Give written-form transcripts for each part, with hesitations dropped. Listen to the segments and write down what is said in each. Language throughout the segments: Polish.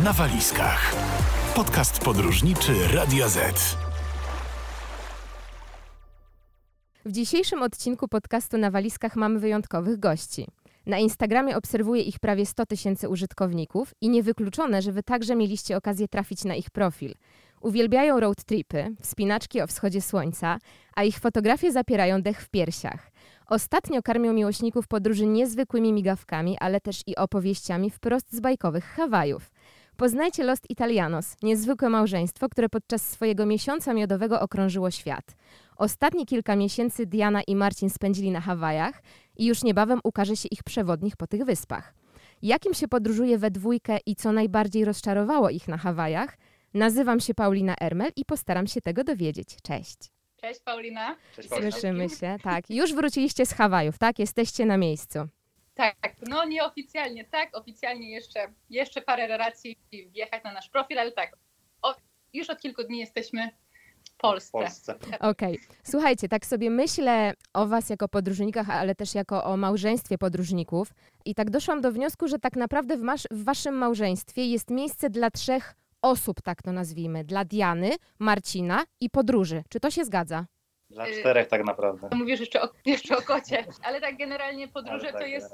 na walizkach. Podcast podróżniczy Radia Z. W dzisiejszym odcinku podcastu Na walizkach mamy wyjątkowych gości. Na Instagramie obserwuje ich prawie 100 000 użytkowników i niewykluczone, że wy także mieliście okazję trafić na ich profil. Uwielbiają road tripy, wspinaczki o wschodzie słońca, a ich fotografie zapierają dech w piersiach. Ostatnio karmią miłośników podróży niezwykłymi migawkami, ale też i opowieściami wprost z bajkowych Hawajów. Poznajcie Lost Italianos, niezwykłe małżeństwo, które podczas swojego miesiąca miodowego okrążyło świat. Ostatnie kilka miesięcy Diana i Marcin spędzili na Hawajach i już niebawem ukaże się ich przewodnik po tych wyspach. Jakim się podróżuje we dwójkę i co najbardziej rozczarowało ich na Hawajach? Nazywam się Paulina Ermel i postaram się tego dowiedzieć. Cześć. Cześć Paulina. Cześć, Paulina. Słyszymy się, tak. Już wróciliście z Hawajów, tak? Jesteście na miejscu. Tak, no nieoficjalnie tak, oficjalnie jeszcze parę relacji wjechać na nasz profil, ale tak, już od kilku dni jesteśmy w Polsce. Okej. Słuchajcie, tak sobie myślę o was jako podróżnikach, ale też jako o małżeństwie podróżników i tak doszłam do wniosku, że tak naprawdę w waszym małżeństwie jest miejsce dla 3 osób, tak to nazwijmy, dla Diany, Marcina i podróży. Czy to się zgadza? Dla 4 tak naprawdę. Mówisz jeszcze o kocie, ale tak generalnie podróże to jest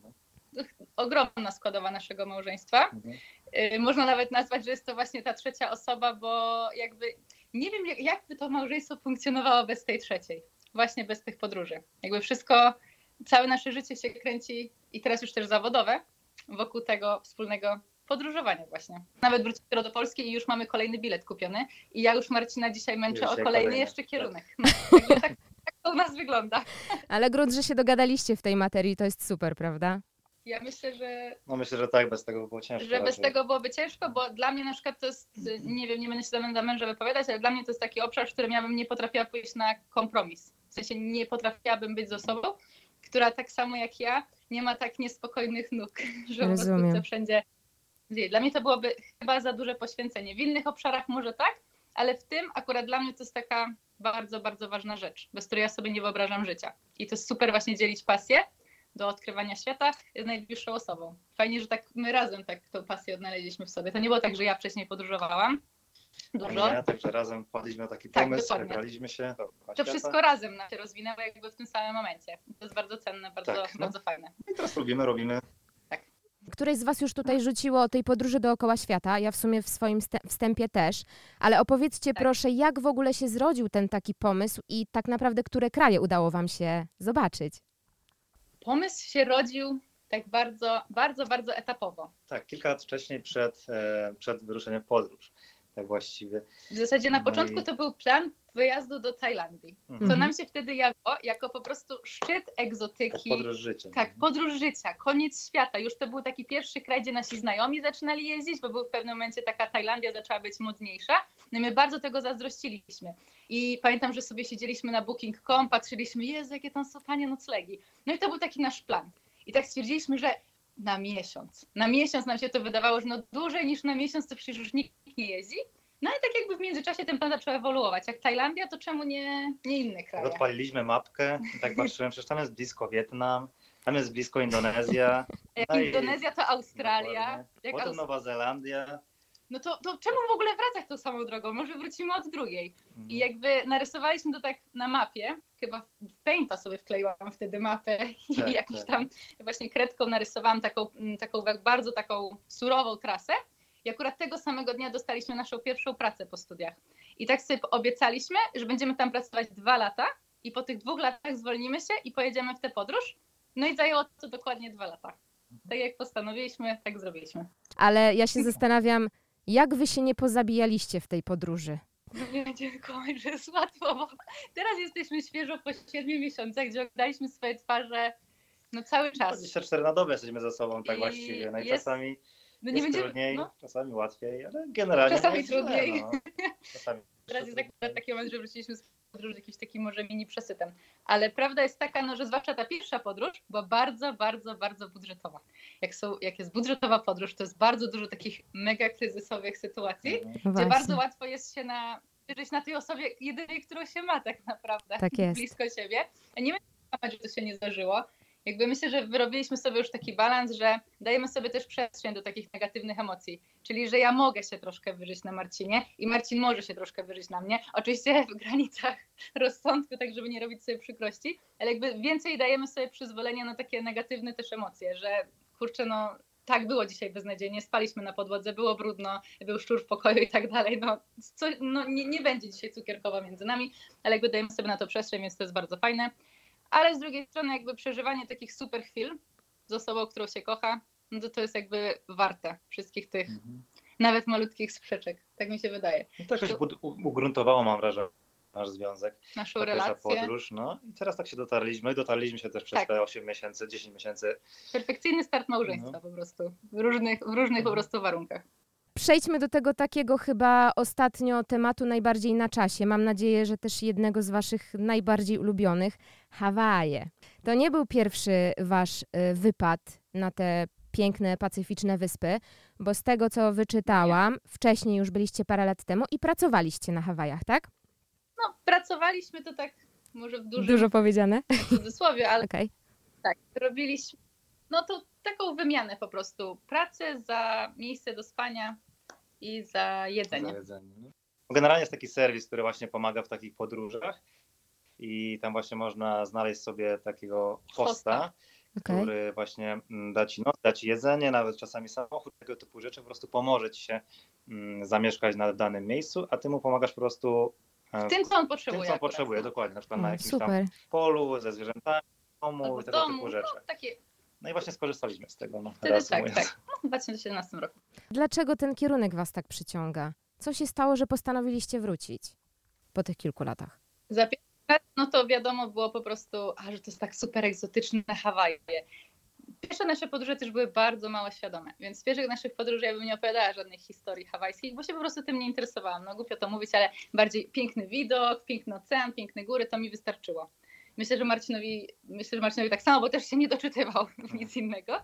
ogromna składowa naszego małżeństwa. Można nawet nazwać, że jest to właśnie ta 3. osoba, bo jakby nie wiem, jakby to małżeństwo funkcjonowało bez tej 3. Właśnie bez tych podróży. Jakby wszystko, całe nasze życie się kręci i teraz już też zawodowe wokół tego wspólnego podróżowania właśnie. Nawet wrócimy do Polski i już mamy kolejny bilet kupiony i ja już Marcina dzisiaj męczę o kolejny jeszcze kierunek. No, tak to u nas wygląda. Ale grunt, że się dogadaliście w tej materii, to jest super, prawda? Ja myślę, że... No myślę, że tak, bez tego by było ciężko. Że bez tego byłoby ciężko, bo dla mnie na przykład to jest, nie wiem, nie będę się za męża wypowiadać, ale dla mnie to jest taki obszar, w którym ja bym nie potrafiła pójść na kompromis. W sensie nie potrafiłabym być z osobą, która tak samo jak ja nie ma tak niespokojnych nóg, że po prostu chce wszędzie. Dla mnie to byłoby chyba za duże poświęcenie. W innych obszarach może tak, ale w tym akurat dla mnie to jest taka bardzo, bardzo ważna rzecz, bez której ja sobie nie wyobrażam życia. I to jest super właśnie dzielić pasję do odkrywania świata z najbliższą osobą. Fajnie, że tak my razem tak tą pasję odnaleźliśmy w sobie. To nie było tak, że ja wcześniej podróżowałam dużo. Nie, także razem wpadliśmy na taki pomysł, wybraliśmy się. To wszystko razem nam się rozwinęło jakby w tym samym momencie. To jest bardzo cenne, bardzo fajne. I teraz robimy. Któreś z was już tutaj rzuciło o tej podróży dookoła świata, ja w sumie w swoim wstępie też, ale opowiedzcie proszę, jak w ogóle się zrodził ten taki pomysł i tak naprawdę które kraje udało wam się zobaczyć? Pomysł się rodził tak bardzo etapowo. Tak, kilka lat wcześniej przed wyruszeniem w podróż. Tak właściwie. W zasadzie na początku to był plan wyjazdu do Tajlandii. To nam się wtedy jawiło jako po prostu szczyt egzotyki. Podróż życia. Tak, podróż życia, koniec świata. Już to był taki pierwszy kraj, gdzie nasi znajomi zaczynali jeździć, bo był w pewnym momencie taka Tajlandia, zaczęła być modniejsza. No i my bardzo tego zazdrościliśmy. I pamiętam, że sobie siedzieliśmy na booking.com, patrzyliśmy, Jezu, jakie tam są tanie noclegi. No i to był taki nasz plan. I tak stwierdziliśmy, że na miesiąc nam się to wydawało, że no dłużej niż na miesiąc to przecież już nikt nie jeździ. No i tak jakby w międzyczasie ten plan zaczął ewoluować. Jak Tajlandia, to czemu nie inne kraje? Odpaliliśmy mapkę i tak patrzyłem, przecież tam jest blisko Wietnam, tam jest blisko Indonezja. Indonezja to Australia. Potem Nowa Zelandia. No to czemu w ogóle wracać tą samą drogą? Może wrócimy od drugiej. I jakby narysowaliśmy to tak na mapie, chyba w Painta sobie wkleiłam wtedy mapę i jakoś tam właśnie kredką narysowałam taką bardzo taką surową trasę. I akurat tego samego dnia dostaliśmy naszą pierwszą pracę po studiach. I tak sobie obiecaliśmy, że będziemy tam pracować 2 lata i po tych 2 latach zwolnimy się i pojedziemy w tę podróż. No i zajęło to dokładnie 2 lata. Tak jak postanowiliśmy, tak zrobiliśmy. Ale ja się zastanawiam, jak wy się nie pozabijaliście w tej podróży? Nie będziemy kochać, że jest łatwo, bo teraz jesteśmy świeżo po 7 miesiącach, gdzie oglądaliśmy swoje twarze cały czas. 24 na dobę jesteśmy ze sobą tak właściwie. No i czasami jest trudniej, czasami łatwiej, ale generalnie czasami trudniej. No. Teraz jest taki moment, że wróciliśmy z podróży jakimś takim może mini przesytem. Ale prawda jest taka, że zwłaszcza ta pierwsza podróż była bardzo budżetowa. Jak jest budżetowa podróż, to jest bardzo dużo takich mega kryzysowych sytuacji, gdzie bardzo łatwo jest się wyżyć na tej osobie jedynej, którą się ma tak naprawdę tak jest. blisko siebie. Ja nie wiem, że to się nie zdarzyło. Jakby myślę, że wyrobiliśmy sobie już taki balans, że dajemy sobie też przestrzeń do takich negatywnych emocji. Czyli, że ja mogę się troszkę wyżyć na Marcinie i Marcin może się troszkę wyżyć na mnie. Oczywiście w granicach rozsądku, tak żeby nie robić sobie przykrości, ale jakby więcej dajemy sobie przyzwolenia na takie negatywne też emocje, że kurczę, no tak, było dzisiaj beznadziejnie, spaliśmy na podłodze, było brudno, był szczur w pokoju i tak dalej. Nie będzie dzisiaj cukierkowa między nami, ale jakby dajemy sobie na to przestrzeń, więc to jest bardzo fajne. Ale z drugiej strony jakby przeżywanie takich super chwil z osobą, którą się kocha, no to jest jakby warte wszystkich tych nawet malutkich sprzeczek. Tak mi się wydaje. No to jakoś ugruntowało, mam wrażenie, nasz związek. Naszą relację. Podróż, no i teraz tak się dotarliśmy się też przez te 8 miesięcy, 10 miesięcy. Perfekcyjny start małżeństwa po prostu, w różnych po prostu warunkach. Przejdźmy do tego takiego chyba ostatnio tematu najbardziej na czasie. Mam nadzieję, że też jednego z waszych najbardziej ulubionych, Hawaje. To nie był pierwszy wasz wypad na te piękne, pacyficzne wyspy, bo z tego, co wyczytałam, wcześniej już byliście parę lat temu i pracowaliście na Hawajach, tak? No, pracowaliśmy to tak może w Dużo powiedziane. w cudzysłowie, ale Okay. Tak, robiliśmy no to taką wymianę po prostu. Pracę za miejsce do spania i za jedzenie. Generalnie jest taki serwis, który właśnie pomaga w takich podróżach i tam właśnie można znaleźć sobie takiego hosta, który właśnie da ci noc, da ci jedzenie, nawet czasami samochód, tego typu rzeczy, po prostu pomoże ci się zamieszkać na danym miejscu, a ty mu pomagasz po prostu w tym, co on potrzebuje. W tym, co on potrzebuje, dokładnie, na przykład na jakimś tam polu, ze zwierzętami, w domu i tego typu rzeczy. No i właśnie skorzystaliśmy z tego. Wtedy tak. W 2017 roku. Dlaczego ten kierunek was tak przyciąga? Co się stało, że postanowiliście wrócić po tych kilku latach? Za 5 lat, no to wiadomo było po prostu, że to jest tak super egzotyczne Hawaje. Pierwsze nasze podróże też były bardzo mało świadome, więc z pierwszych naszych podróży ja bym nie opowiadała żadnych historii hawajskich, bo się po prostu tym nie interesowałam. No głupio to mówić, ale bardziej piękny widok, piękny ocean, piękne góry, to mi wystarczyło. Myślę, że Marcinowi tak samo, bo też się nie doczytywał nic innego.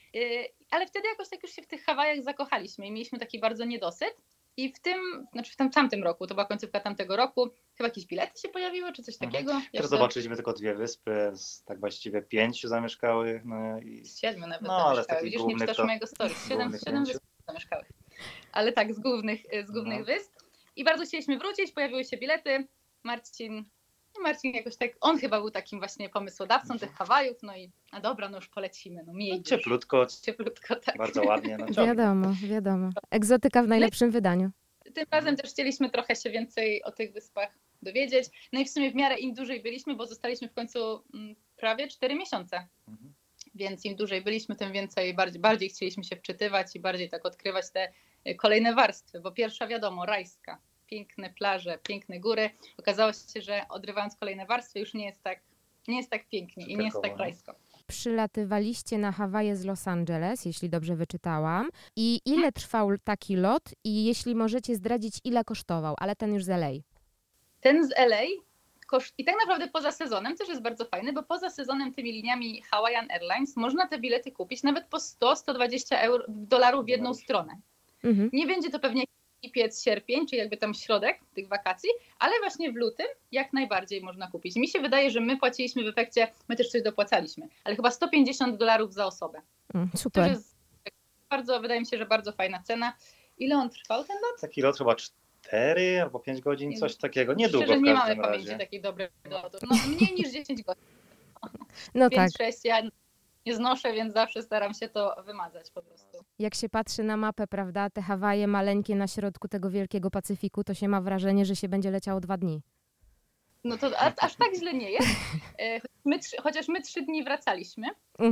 Ale wtedy jakoś tak już się w tych Hawajach zakochaliśmy i mieliśmy taki bardzo niedosyt. I w tamtym roku, to była końcówka tamtego roku, chyba jakieś bilety się pojawiły, czy coś takiego. Teraz zobaczyliśmy tylko 2 wyspy, tak właściwie 5 zamieszkałych. Z 7 nawet zamieszkałych. Widzisz, nie czytasz mojego story. 7 wysp zamieszkałych. Ale tak, z głównych wysp. I bardzo chcieliśmy wrócić, pojawiły się bilety. Marcin jakoś tak, on chyba był takim właśnie pomysłodawcą tych Hawajów, no i dobra, no już polecimy, Cieplutko, tak. Bardzo ładnie. Wiadomo. Egzotyka w najlepszym wydaniu. Tym razem też chcieliśmy trochę się więcej o tych wyspach dowiedzieć, no i w sumie w miarę im dłużej byliśmy, bo zostaliśmy w końcu prawie 4 miesiące, więc im dłużej byliśmy, tym więcej, bardziej chcieliśmy się wczytywać i bardziej tak odkrywać te kolejne warstwy, bo pierwsza wiadomo, rajska. Piękne plaże, piękne góry. Okazało się, że odrywając kolejne warstwy już nie jest tak pięknie i nie jest tak rajsko. Przylatywaliście na Hawaje z Los Angeles, jeśli dobrze wyczytałam. I ile trwał taki lot? I jeśli możecie zdradzić, ile kosztował, ale ten już z LA. Ten z LA i tak naprawdę poza sezonem też jest bardzo fajny, bo poza sezonem tymi liniami Hawaiian Airlines można te bilety kupić nawet po $100-120 dolarów w jedną stronę. Nie będzie to pewnie lipiec, sierpień, czyli jakby tam środek tych wakacji, ale właśnie w lutym jak najbardziej można kupić. Mi się wydaje, że my płaciliśmy w efekcie, my też coś dopłacaliśmy, ale chyba $150 za osobę. Super. To jest wydaje mi się, że bardzo fajna cena. Ile on trwał ten lot? Taki lot chyba 4 albo 5 godzin, coś takiego. Niedługo Szczerze, w nie każdym mamy razie. pamięci takiej dobrej lotów. Mniej niż 10 godzin. No 5-6 tak. ja nie znoszę, więc zawsze staram się to wymazać po prostu. Jak się patrzy na mapę, prawda, te Hawaje maleńkie na środku tego wielkiego Pacyfiku, to się ma wrażenie, że się będzie leciało 2 dni. No to aż tak źle nie jest. Chociaż my 3 dni wracaliśmy.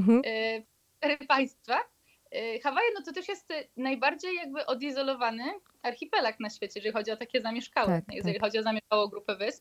4 państwa. Hawaje, no to też jest najbardziej jakby odizolowany archipelag na świecie, jeżeli chodzi o takie zamieszkałe, jeżeli chodzi o zamieszkałą grupę wysp.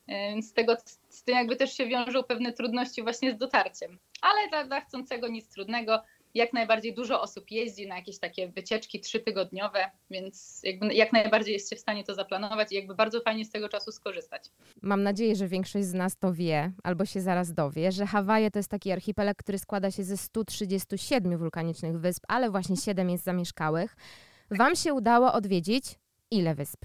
Z tym jakby też się wiążą pewne trudności właśnie z dotarciem. Ale dla chcącego nic trudnego. Jak najbardziej dużo osób jeździ na jakieś takie wycieczki 3-tygodniowe, więc jakby jak najbardziej jest się w stanie to zaplanować i jakby bardzo fajnie z tego czasu skorzystać. Mam nadzieję, że większość z nas to wie, albo się zaraz dowie, że Hawaje to jest taki archipelag, który składa się ze 137 wulkanicznych wysp, ale właśnie 7 jest zamieszkałych. Wam się udało odwiedzić ile wysp?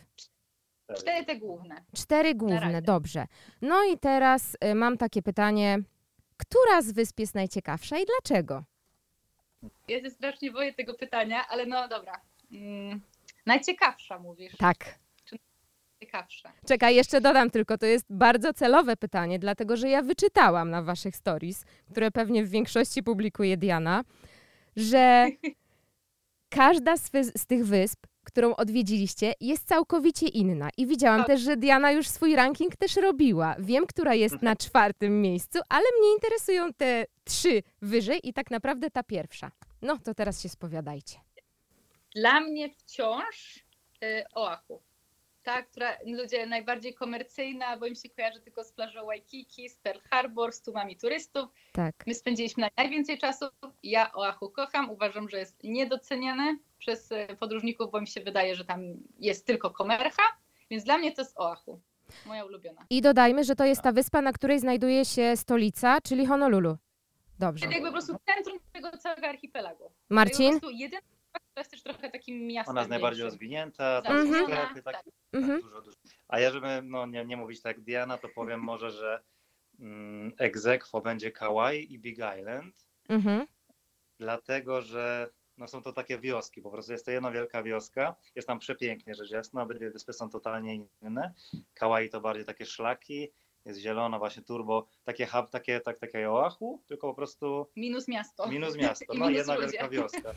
4 te główne. 4 główne, dobrze. No i teraz mam takie pytanie, Która z wysp jest najciekawsza i dlaczego? Ja się strasznie boję tego pytania, ale no dobra. Najciekawsza mówisz. Tak. Ciekawsza. Czekaj, jeszcze dodam tylko, to jest bardzo celowe pytanie, dlatego że ja wyczytałam na waszych stories, które pewnie w większości publikuje Diana, że każda z tych wysp, którą odwiedziliście, jest całkowicie inna. I widziałam też, że Diana już swój ranking też robiła. Wiem, która jest na 4. miejscu, ale mnie interesują te 3 wyżej i tak naprawdę ta pierwsza. No, to teraz się spowiadajcie. Dla mnie wciąż Oahu. Ta, która ludzie najbardziej komercyjna, bo im się kojarzy tylko z plażą Waikiki, z Pearl Harbor, z tłumami turystów. Tak. My spędziliśmy najwięcej czasu. Ja Oahu kocham. Uważam, że jest niedoceniane przez podróżników, bo mi się wydaje, że tam jest tylko komercha. Więc dla mnie to jest Oahu. Moja ulubiona. I dodajmy, że to jest ta wyspa, na której znajduje się stolica, czyli Honolulu. Dobrze. To jakby po prostu centrum tego całego archipelagu. Marcin? Po prostu jedyna, która jest też trochę takim miastem. Ona jest najbardziej większym. rozwinięta, tam Mhm. są sklepy, tak, Mhm. dużo. A ja, żeby nie mówić tak jak Diana, to powiem może, że ex aequo będzie Kauai i Big Island, dlatego że są to takie wioski, po prostu jest to jedna wielka wioska, jest tam przepięknie, rzecz jasna, obydwie wyspy są totalnie inne. Kauai to bardziej takie szlaki, jest zielono, właśnie turbo, takie Oahu, tylko po prostu Minus miasto. minus miasto, I no minus jedna ludzie. wielka wioska.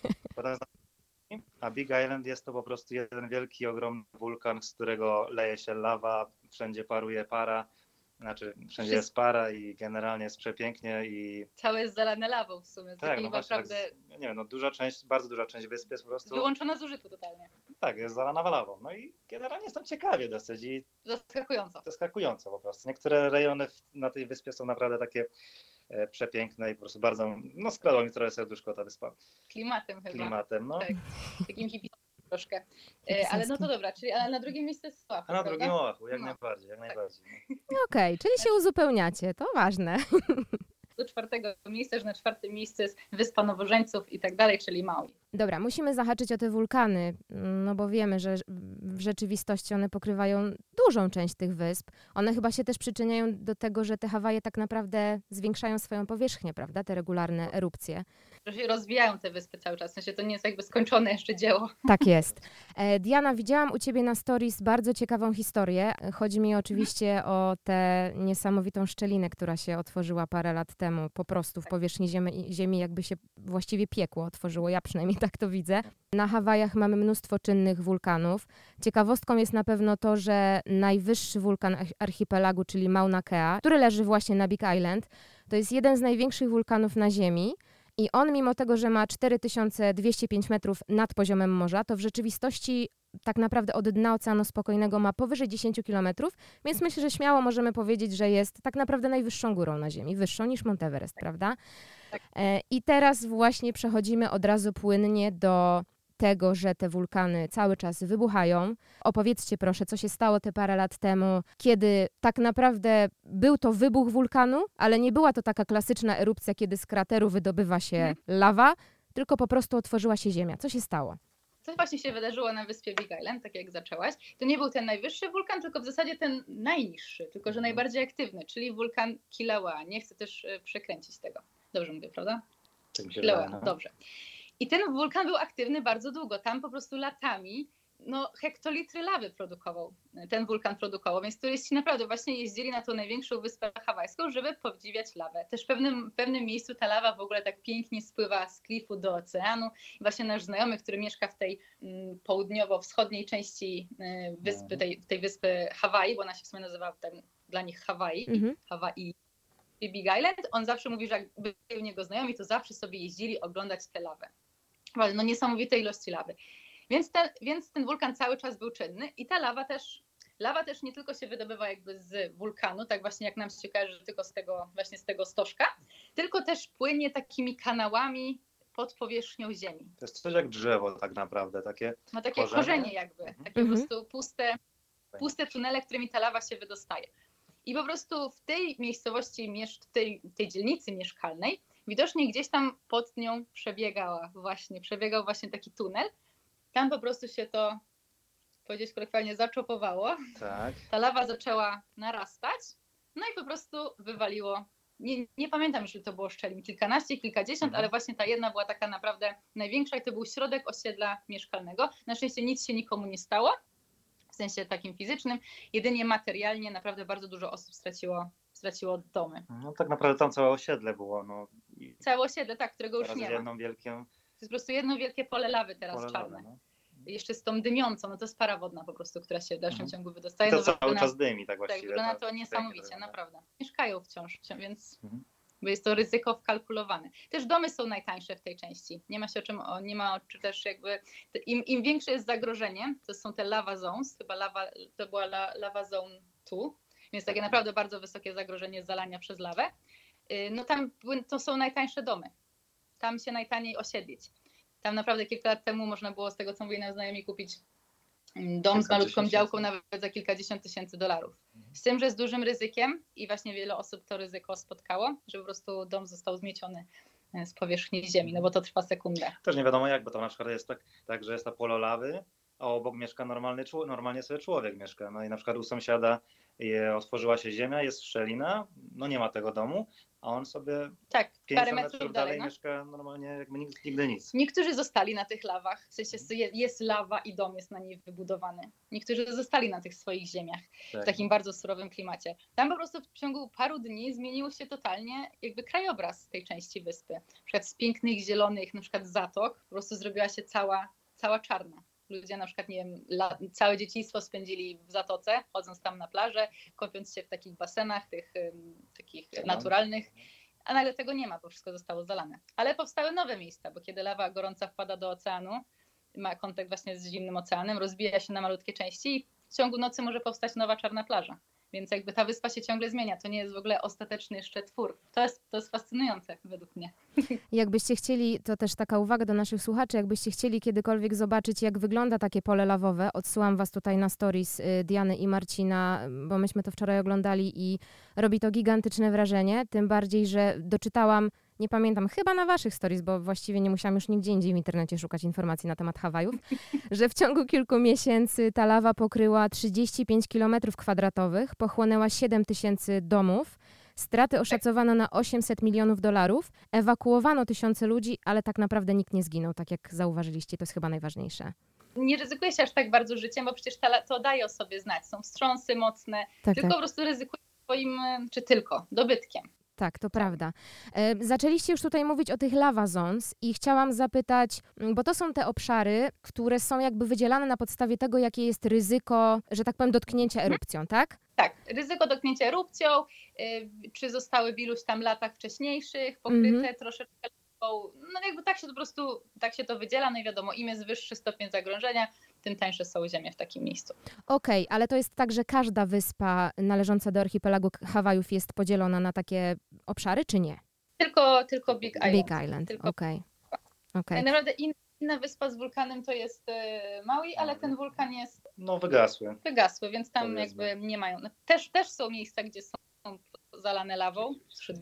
A Big Island jest to po prostu jeden wielki, ogromny wulkan, z którego leje się lawa, wszędzie paruje para, wszędzie jest para i generalnie jest przepięknie i... Całe jest zalane lawą w sumie. Tak, no właśnie, naprawdę nie wiem, bardzo duża część wyspy jest po prostu... wyłączona z użytku totalnie. Tak, jest zalana lawą. No i generalnie jest tam ciekawie dosyć i Zaskakująco po prostu. Niektóre rejony na tej wyspie są naprawdę takie przepiękne i po prostu bardzo, skradła mi trochę serduszko ta wyspa. Klimatem chyba. Klimatem, no. Tak, takim hipisem troszkę. Ale no to dobra, czyli ale na drugim miejscu jest Oahu, A na prawda? drugim Oahu, jak No. najbardziej, jak najbardziej. Okej, czyli się uzupełniacie, to ważne. Do 4. miejsca, że na 4. miejscu jest Wyspa Nowożeńców i tak dalej, czyli Maui. Dobra, musimy zahaczyć o te wulkany, no bo wiemy, że w rzeczywistości one pokrywają dużą część tych wysp. One chyba się też przyczyniają do tego, że te Hawaje tak naprawdę zwiększają swoją powierzchnię, prawda? Te regularne erupcje. Że się rozwijają te wyspy cały czas, w sensie to nie jest jakby skończone jeszcze dzieło. Tak jest. Diana, widziałam u ciebie na stories bardzo ciekawą historię. Chodzi mi oczywiście o tę niesamowitą szczelinę, która się otworzyła parę lat temu. Po prostu w powierzchni ziemi jakby się właściwie piekło otworzyło. Ja przynajmniej tak to widzę. Na Hawajach mamy mnóstwo czynnych wulkanów. Ciekawostką jest na pewno to, że najwyższy wulkan archipelagu, czyli Mauna Kea, który leży właśnie na Big Island, to jest jeden z największych wulkanów na Ziemi. I on, mimo tego, że ma 4205 metrów nad poziomem morza, to w rzeczywistości tak naprawdę od dna Oceanu Spokojnego ma powyżej 10 kilometrów, więc myślę, że śmiało możemy powiedzieć, że jest tak naprawdę najwyższą górą na Ziemi, wyższą niż Monteverest, prawda? I teraz właśnie przechodzimy od razu płynnie do tego, że te wulkany cały czas wybuchają. Opowiedzcie proszę, co się stało te parę lat temu, kiedy tak naprawdę był to wybuch wulkanu, ale nie była to taka klasyczna erupcja, kiedy z krateru wydobywa się lawa, tylko po prostu otworzyła się ziemia. Co się stało? Co właśnie się wydarzyło na wyspie Big Island, tak jak zaczęłaś, to nie był ten najwyższy wulkan, tylko w zasadzie ten najniższy, tylko że najbardziej aktywny, czyli wulkan Kilauea. Nie chcę też przekręcić tego. Dobrze mówię, prawda? Kilauea, dobrze. I ten wulkan był aktywny bardzo długo. Tam po prostu latami hektolitry lawy ten wulkan produkował, więc turyści naprawdę właśnie jeździli na tą największą wyspę hawajską, żeby podziwiać lawę. Też w pewnym miejscu ta lawa w ogóle tak pięknie spływa z klifu do oceanu. I właśnie nasz znajomy, który mieszka w tej południowo-wschodniej części wyspy, tej wyspy Hawaii, bo ona się w sumie nazywa dla nich Hawaii, Hawaii i Big Island, on zawsze mówi, że jak byli u niego znajomi, to zawsze sobie jeździli oglądać tę lawę. No niesamowite ilości lawy. Więc ten wulkan cały czas był czynny i ta lawa też nie tylko się wydobywa jakby z wulkanu, tak właśnie jak nam się kojarzy, tylko z tego stożka, tylko też płynie takimi kanałami pod powierzchnią ziemi. To jest coś jak drzewo tak naprawdę, takie ma takie korzenie jakby, takie po prostu puste tunele, którymi ta lawa się wydostaje. I po prostu w tej miejscowości, w tej dzielnicy mieszkalnej, widocznie gdzieś tam pod nią przebiegał właśnie taki tunel. Tam po prostu się to, powiedzieć kolokwialnie, zaczopowało. Tak. Ta lawa zaczęła narastać, no i po prostu wywaliło nie pamiętam, że to było szczelin, kilkanaście, kilkadziesiąt, ale właśnie ta jedna była taka naprawdę największa i to był środek osiedla mieszkalnego. Na szczęście nic się nikomu nie stało, w sensie takim fizycznym, jedynie materialnie naprawdę bardzo dużo osób straciło domy. No tak naprawdę tam całe osiedle było. Całe osiedle, tak, którego już nie ma. jedną wielką... To jest po prostu jedno wielkie pole lawy teraz pole czarne. lawy, no. Jeszcze z tą dymiącą, no to jest para wodna po prostu, która się w dalszym ciągu wydostaje. To no, cały czas dymi tak właściwie. Tak, wygląda to niesamowicie, tak. naprawdę. Mieszkają wciąż, więc bo jest to ryzyko wkalkulowane. Też domy są najtańsze w tej części. Nie ma się czy też jakby, im większe jest zagrożenie, to są te lava zones, chyba to była lava zone 2, więc takie naprawdę bardzo wysokie zagrożenie zalania przez lawę. No tam to są najtańsze domy. Tam się najtaniej osiedlić. Tam naprawdę kilka lat temu można było, z tego co mówili nam znajomi, kupić dom z malutką działką nawet za kilkadziesiąt tysięcy dolarów. Z tym, że z dużym ryzykiem i właśnie wiele osób to ryzyko spotkało, że po prostu dom został zmieciony z powierzchni ziemi, no bo to trwa sekundę. Też nie wiadomo jak, bo to na przykład jest tak, że jest ta polo lawy, a obok mieszka normalnie sobie człowiek mieszka. No i na przykład u sąsiada otworzyła się ziemia, jest szczelina, no nie ma tego domu, a on sobie tak, 500 metrów dalej mieszka normalnie jakby nigdy nic. Niektórzy zostali na tych lawach, w sensie jest lawa i dom jest na niej wybudowany. Niektórzy zostali na tych swoich ziemiach w takim bardzo surowym klimacie. Tam po prostu w ciągu paru dni zmienił się totalnie jakby krajobraz tej części wyspy. Na przykład z pięknych, zielonych na przykład zatok po prostu zrobiła się cała czarna. Ludzie na przykład, nie wiem, całe dzieciństwo spędzili w zatoce, chodząc tam na plażę, kąpiąc się w takich basenach, tych takich naturalnych, a nagle tego nie ma, bo wszystko zostało zalane. Ale powstały nowe miejsca, bo kiedy lawa gorąca wpada do oceanu, ma kontakt właśnie z zimnym oceanem, rozbija się na malutkie części i w ciągu nocy może powstać nowa czarna plaża. Więc jakby ta wyspa się ciągle zmienia. To nie jest w ogóle ostateczny jeszcze twór. To jest fascynujące według mnie. Jakbyście chcieli, to też taka uwaga do naszych słuchaczy, jakbyście chcieli kiedykolwiek zobaczyć, jak wygląda takie pole lawowe, odsyłam was tutaj na stories Diany i Marcina, bo myśmy to wczoraj oglądali i robi to gigantyczne wrażenie. Tym bardziej, że doczytałam, nie pamiętam, chyba na waszych stories, bo właściwie nie musiałam już nigdzie indziej w internecie szukać informacji na temat Hawajów, że w ciągu kilku miesięcy ta lawa pokryła 35 km², pochłonęła 7 000 domów, straty oszacowano na $800 milionów, ewakuowano tysiące ludzi, ale tak naprawdę nikt nie zginął, tak jak zauważyliście, to jest chyba najważniejsze. Nie ryzykuje się aż tak bardzo życiem, bo przecież to daje o sobie znać. Są wstrząsy mocne, tylko po prostu ryzykuje swoim, czy tylko, dobytkiem. Tak, to prawda. Zaczęliście już tutaj mówić o tych lava zones i chciałam zapytać, bo to są te obszary, które są jakby wydzielane na podstawie tego, jakie jest ryzyko, że tak powiem, dotknięcia erupcją, tak? Tak, ryzyko dotknięcia erupcją, czy zostały w iluś tam latach wcześniejszych pokryte troszeczkę, no jakby tak się to wydziela, no i wiadomo, im jest wyższy stopień zagrożenia, tym tańsze są ziemie w takim miejscu. Okej, ale to jest tak, że każda wyspa należąca do archipelagu Hawajów jest podzielona na takie obszary, czy nie? Tylko Big Island. Big Island, okej. Tak naprawdę inna wyspa z wulkanem to jest Maui, ale ten wulkan jest... No wygasły, więc tam jakby nie mają. No, też są miejsca, gdzie są zalane lawą, sprzed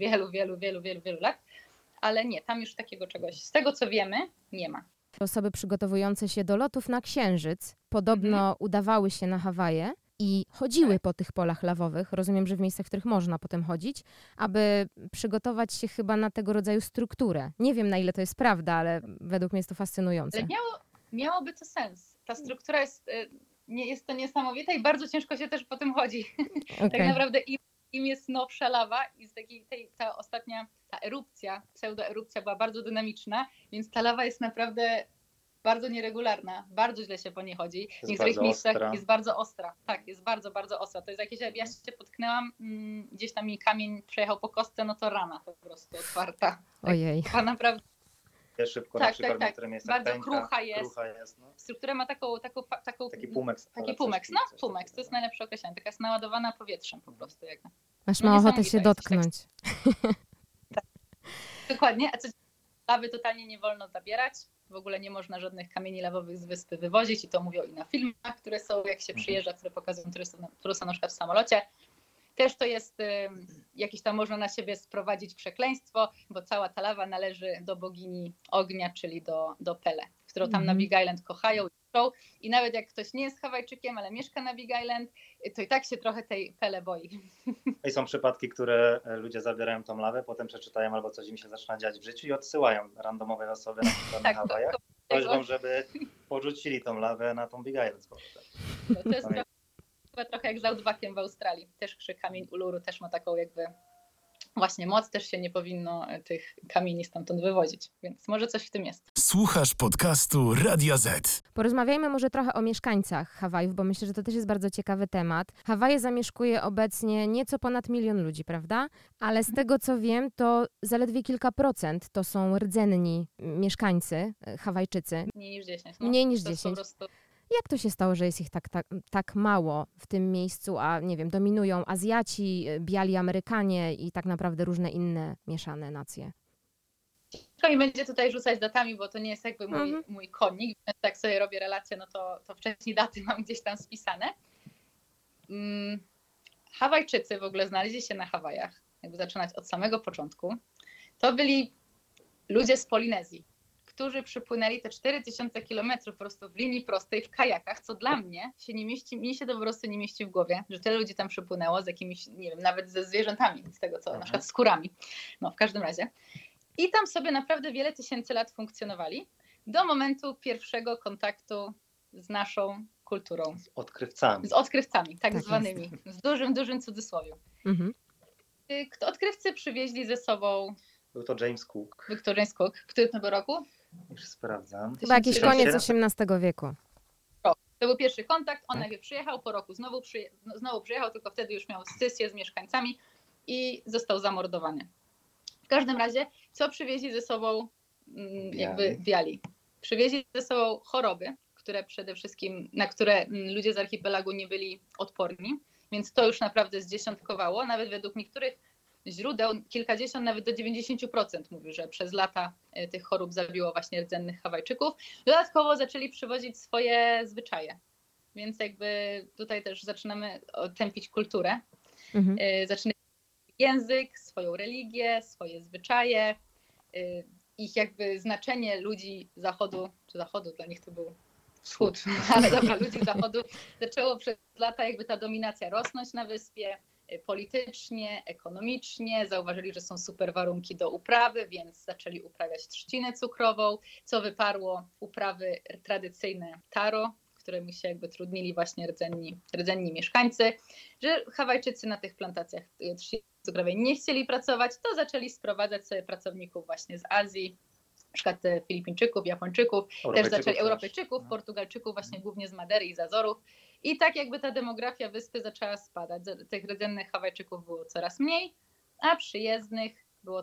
wielu lat, ale nie, tam już takiego czegoś, z tego co wiemy, nie ma. Osoby przygotowujące się do lotów na Księżyc podobno udawały się na Hawaje i chodziły po tych polach lawowych, rozumiem, że w miejscach, w których można potem chodzić, aby przygotować się chyba na tego rodzaju strukturę. Nie wiem, na ile to jest prawda, ale według mnie jest to fascynujące. Ale miałoby to sens. Ta struktura jest to niesamowita i bardzo ciężko się też po tym chodzi. Okay. Tak naprawdę im jest nowsza lawa i ta ostatnia, ta erupcja, pseudoerupcja była bardzo dynamiczna, więc ta lawa jest naprawdę bardzo nieregularna, bardzo źle się po niej chodzi. W niektórych miejscach jest bardzo ostra. Tak, jest bardzo, bardzo ostra. To jest jakieś, ja się potknęłam, gdzieś tam mi kamień przejechał po kostce, no to rana po prostu otwarta. Tak, ojej. Naprawdę. Szybko na przykład w niektórych miejscach bardzo krucha jest. No. Struktura ma taką taki pumeks. Pumeks, to jest najlepsze określenie. Taka jest naładowana powietrzem po prostu. Masz ma ochotę się dotknąć. Tak. Dokładnie, a co lawy totalnie nie wolno zabierać. W ogóle nie można żadnych kamieni lawowych z wyspy wywozić i to mówią i na filmach, które są, jak się przyjeżdża, które pokazują turystom na przykład w samolocie. Też to jest jakieś tam można na siebie sprowadzić przekleństwo, bo cała ta lawa należy do bogini ognia, czyli do Pele, którą tam na Big Island kochają i nawet jak ktoś nie jest Hawajczykiem, ale mieszka na Big Island, to i tak się trochę tej Pele boi. I są przypadki, które ludzie zabierają tą lawę, potem przeczytają albo coś im się zaczyna dziać w życiu i odsyłają randomowej osobie na przykład na Hawajach, prośbą, żeby porzucili tą lawę na tą Big Island. No, to jest trochę jak z Outbackiem w Australii. Też kamień Uluru też ma taką jakby właśnie moc, też się nie powinno tych kamieni stamtąd wywozić, więc może coś w tym jest. Słuchasz podcastu Radia Z. Porozmawiajmy może trochę o mieszkańcach Hawajów, bo myślę, że to też jest bardzo ciekawy temat. Hawaje zamieszkuje obecnie nieco ponad 1 000 000 ludzi, prawda? Ale z tego co wiem, to zaledwie kilka procent to są rdzenni mieszkańcy, Hawajczycy. Mniej niż 10. Mniej niż to 10. Po prostu... Jak to się stało, że jest ich tak mało w tym miejscu, a nie wiem, dominują Azjaci, biali Amerykanie i tak naprawdę różne inne mieszane nacje? Ciężko mi będzie tutaj rzucać datami, bo to nie jest jakby mój konik. Tak sobie robię relacje, no to wcześniej daty mam gdzieś tam spisane. Hawajczycy w ogóle znaleźli się na Hawajach, jakby zaczynać od samego początku. To byli ludzie z Polinezji, którzy przypłynęli te 4000 kilometrów po prostu w linii prostej w kajakach, co dla mnie się nie mieści, mi się to po prostu nie mieści w głowie, że tyle ludzi tam przypłynęło z jakimiś, nie wiem, nawet ze zwierzętami, z tego co, na przykład z kurami, no w każdym razie. I tam sobie naprawdę wiele tysięcy lat funkcjonowali do momentu pierwszego kontaktu z naszą kulturą. Z odkrywcami, tak zwanymi, jest. z dużym cudzysłowiu. Odkrywcy przywieźli ze sobą... Był to James Cook. James Cook. W którym to był roku? Już sprawdzam. Chyba jakiś koniec XVIII wieku. To był pierwszy kontakt, on najpierw przyjechał, po roku znowu przyjechał, tylko wtedy już miał scysję z mieszkańcami i został zamordowany. W każdym razie, co przywieźli ze sobą jakby biali? Przywieźli ze sobą choroby, które przede wszystkim, na które ludzie z archipelagu nie byli odporni, więc to już naprawdę zdziesiątkowało, nawet według niektórych źródeł kilkadziesiąt, nawet do 90% mówi, że przez lata tych chorób zabiło właśnie rdzennych Hawajczyków. Dodatkowo zaczęli przywozić swoje zwyczaje, więc jakby tutaj też zaczynamy tępić kulturę. Zaczynamy język, swoją religię, swoje zwyczaje, ich jakby znaczenie ludzi zachodu, dla nich to był wschód, ale dobra, ludzi zachodu, zaczęło przez lata jakby ta dominacja rosnąć na wyspie, politycznie, ekonomicznie, zauważyli, że są super warunki do uprawy, więc zaczęli uprawiać trzcinę cukrową, co wyparło uprawy tradycyjne taro, któremu się jakby trudnili właśnie rdzenni mieszkańcy, że Hawajczycy na tych plantacjach trzciny cukrowej nie chcieli pracować, to zaczęli sprowadzać sobie pracowników właśnie z Azji, na przykład Filipińczyków, Japończyków, też zaczęli Europejczyków, Portugalczyków, właśnie głównie z Madery i z Azorów. I tak jakby ta demografia wyspy zaczęła spadać. Tych rdzennych Hawajczyków było coraz mniej, a przyjezdnych było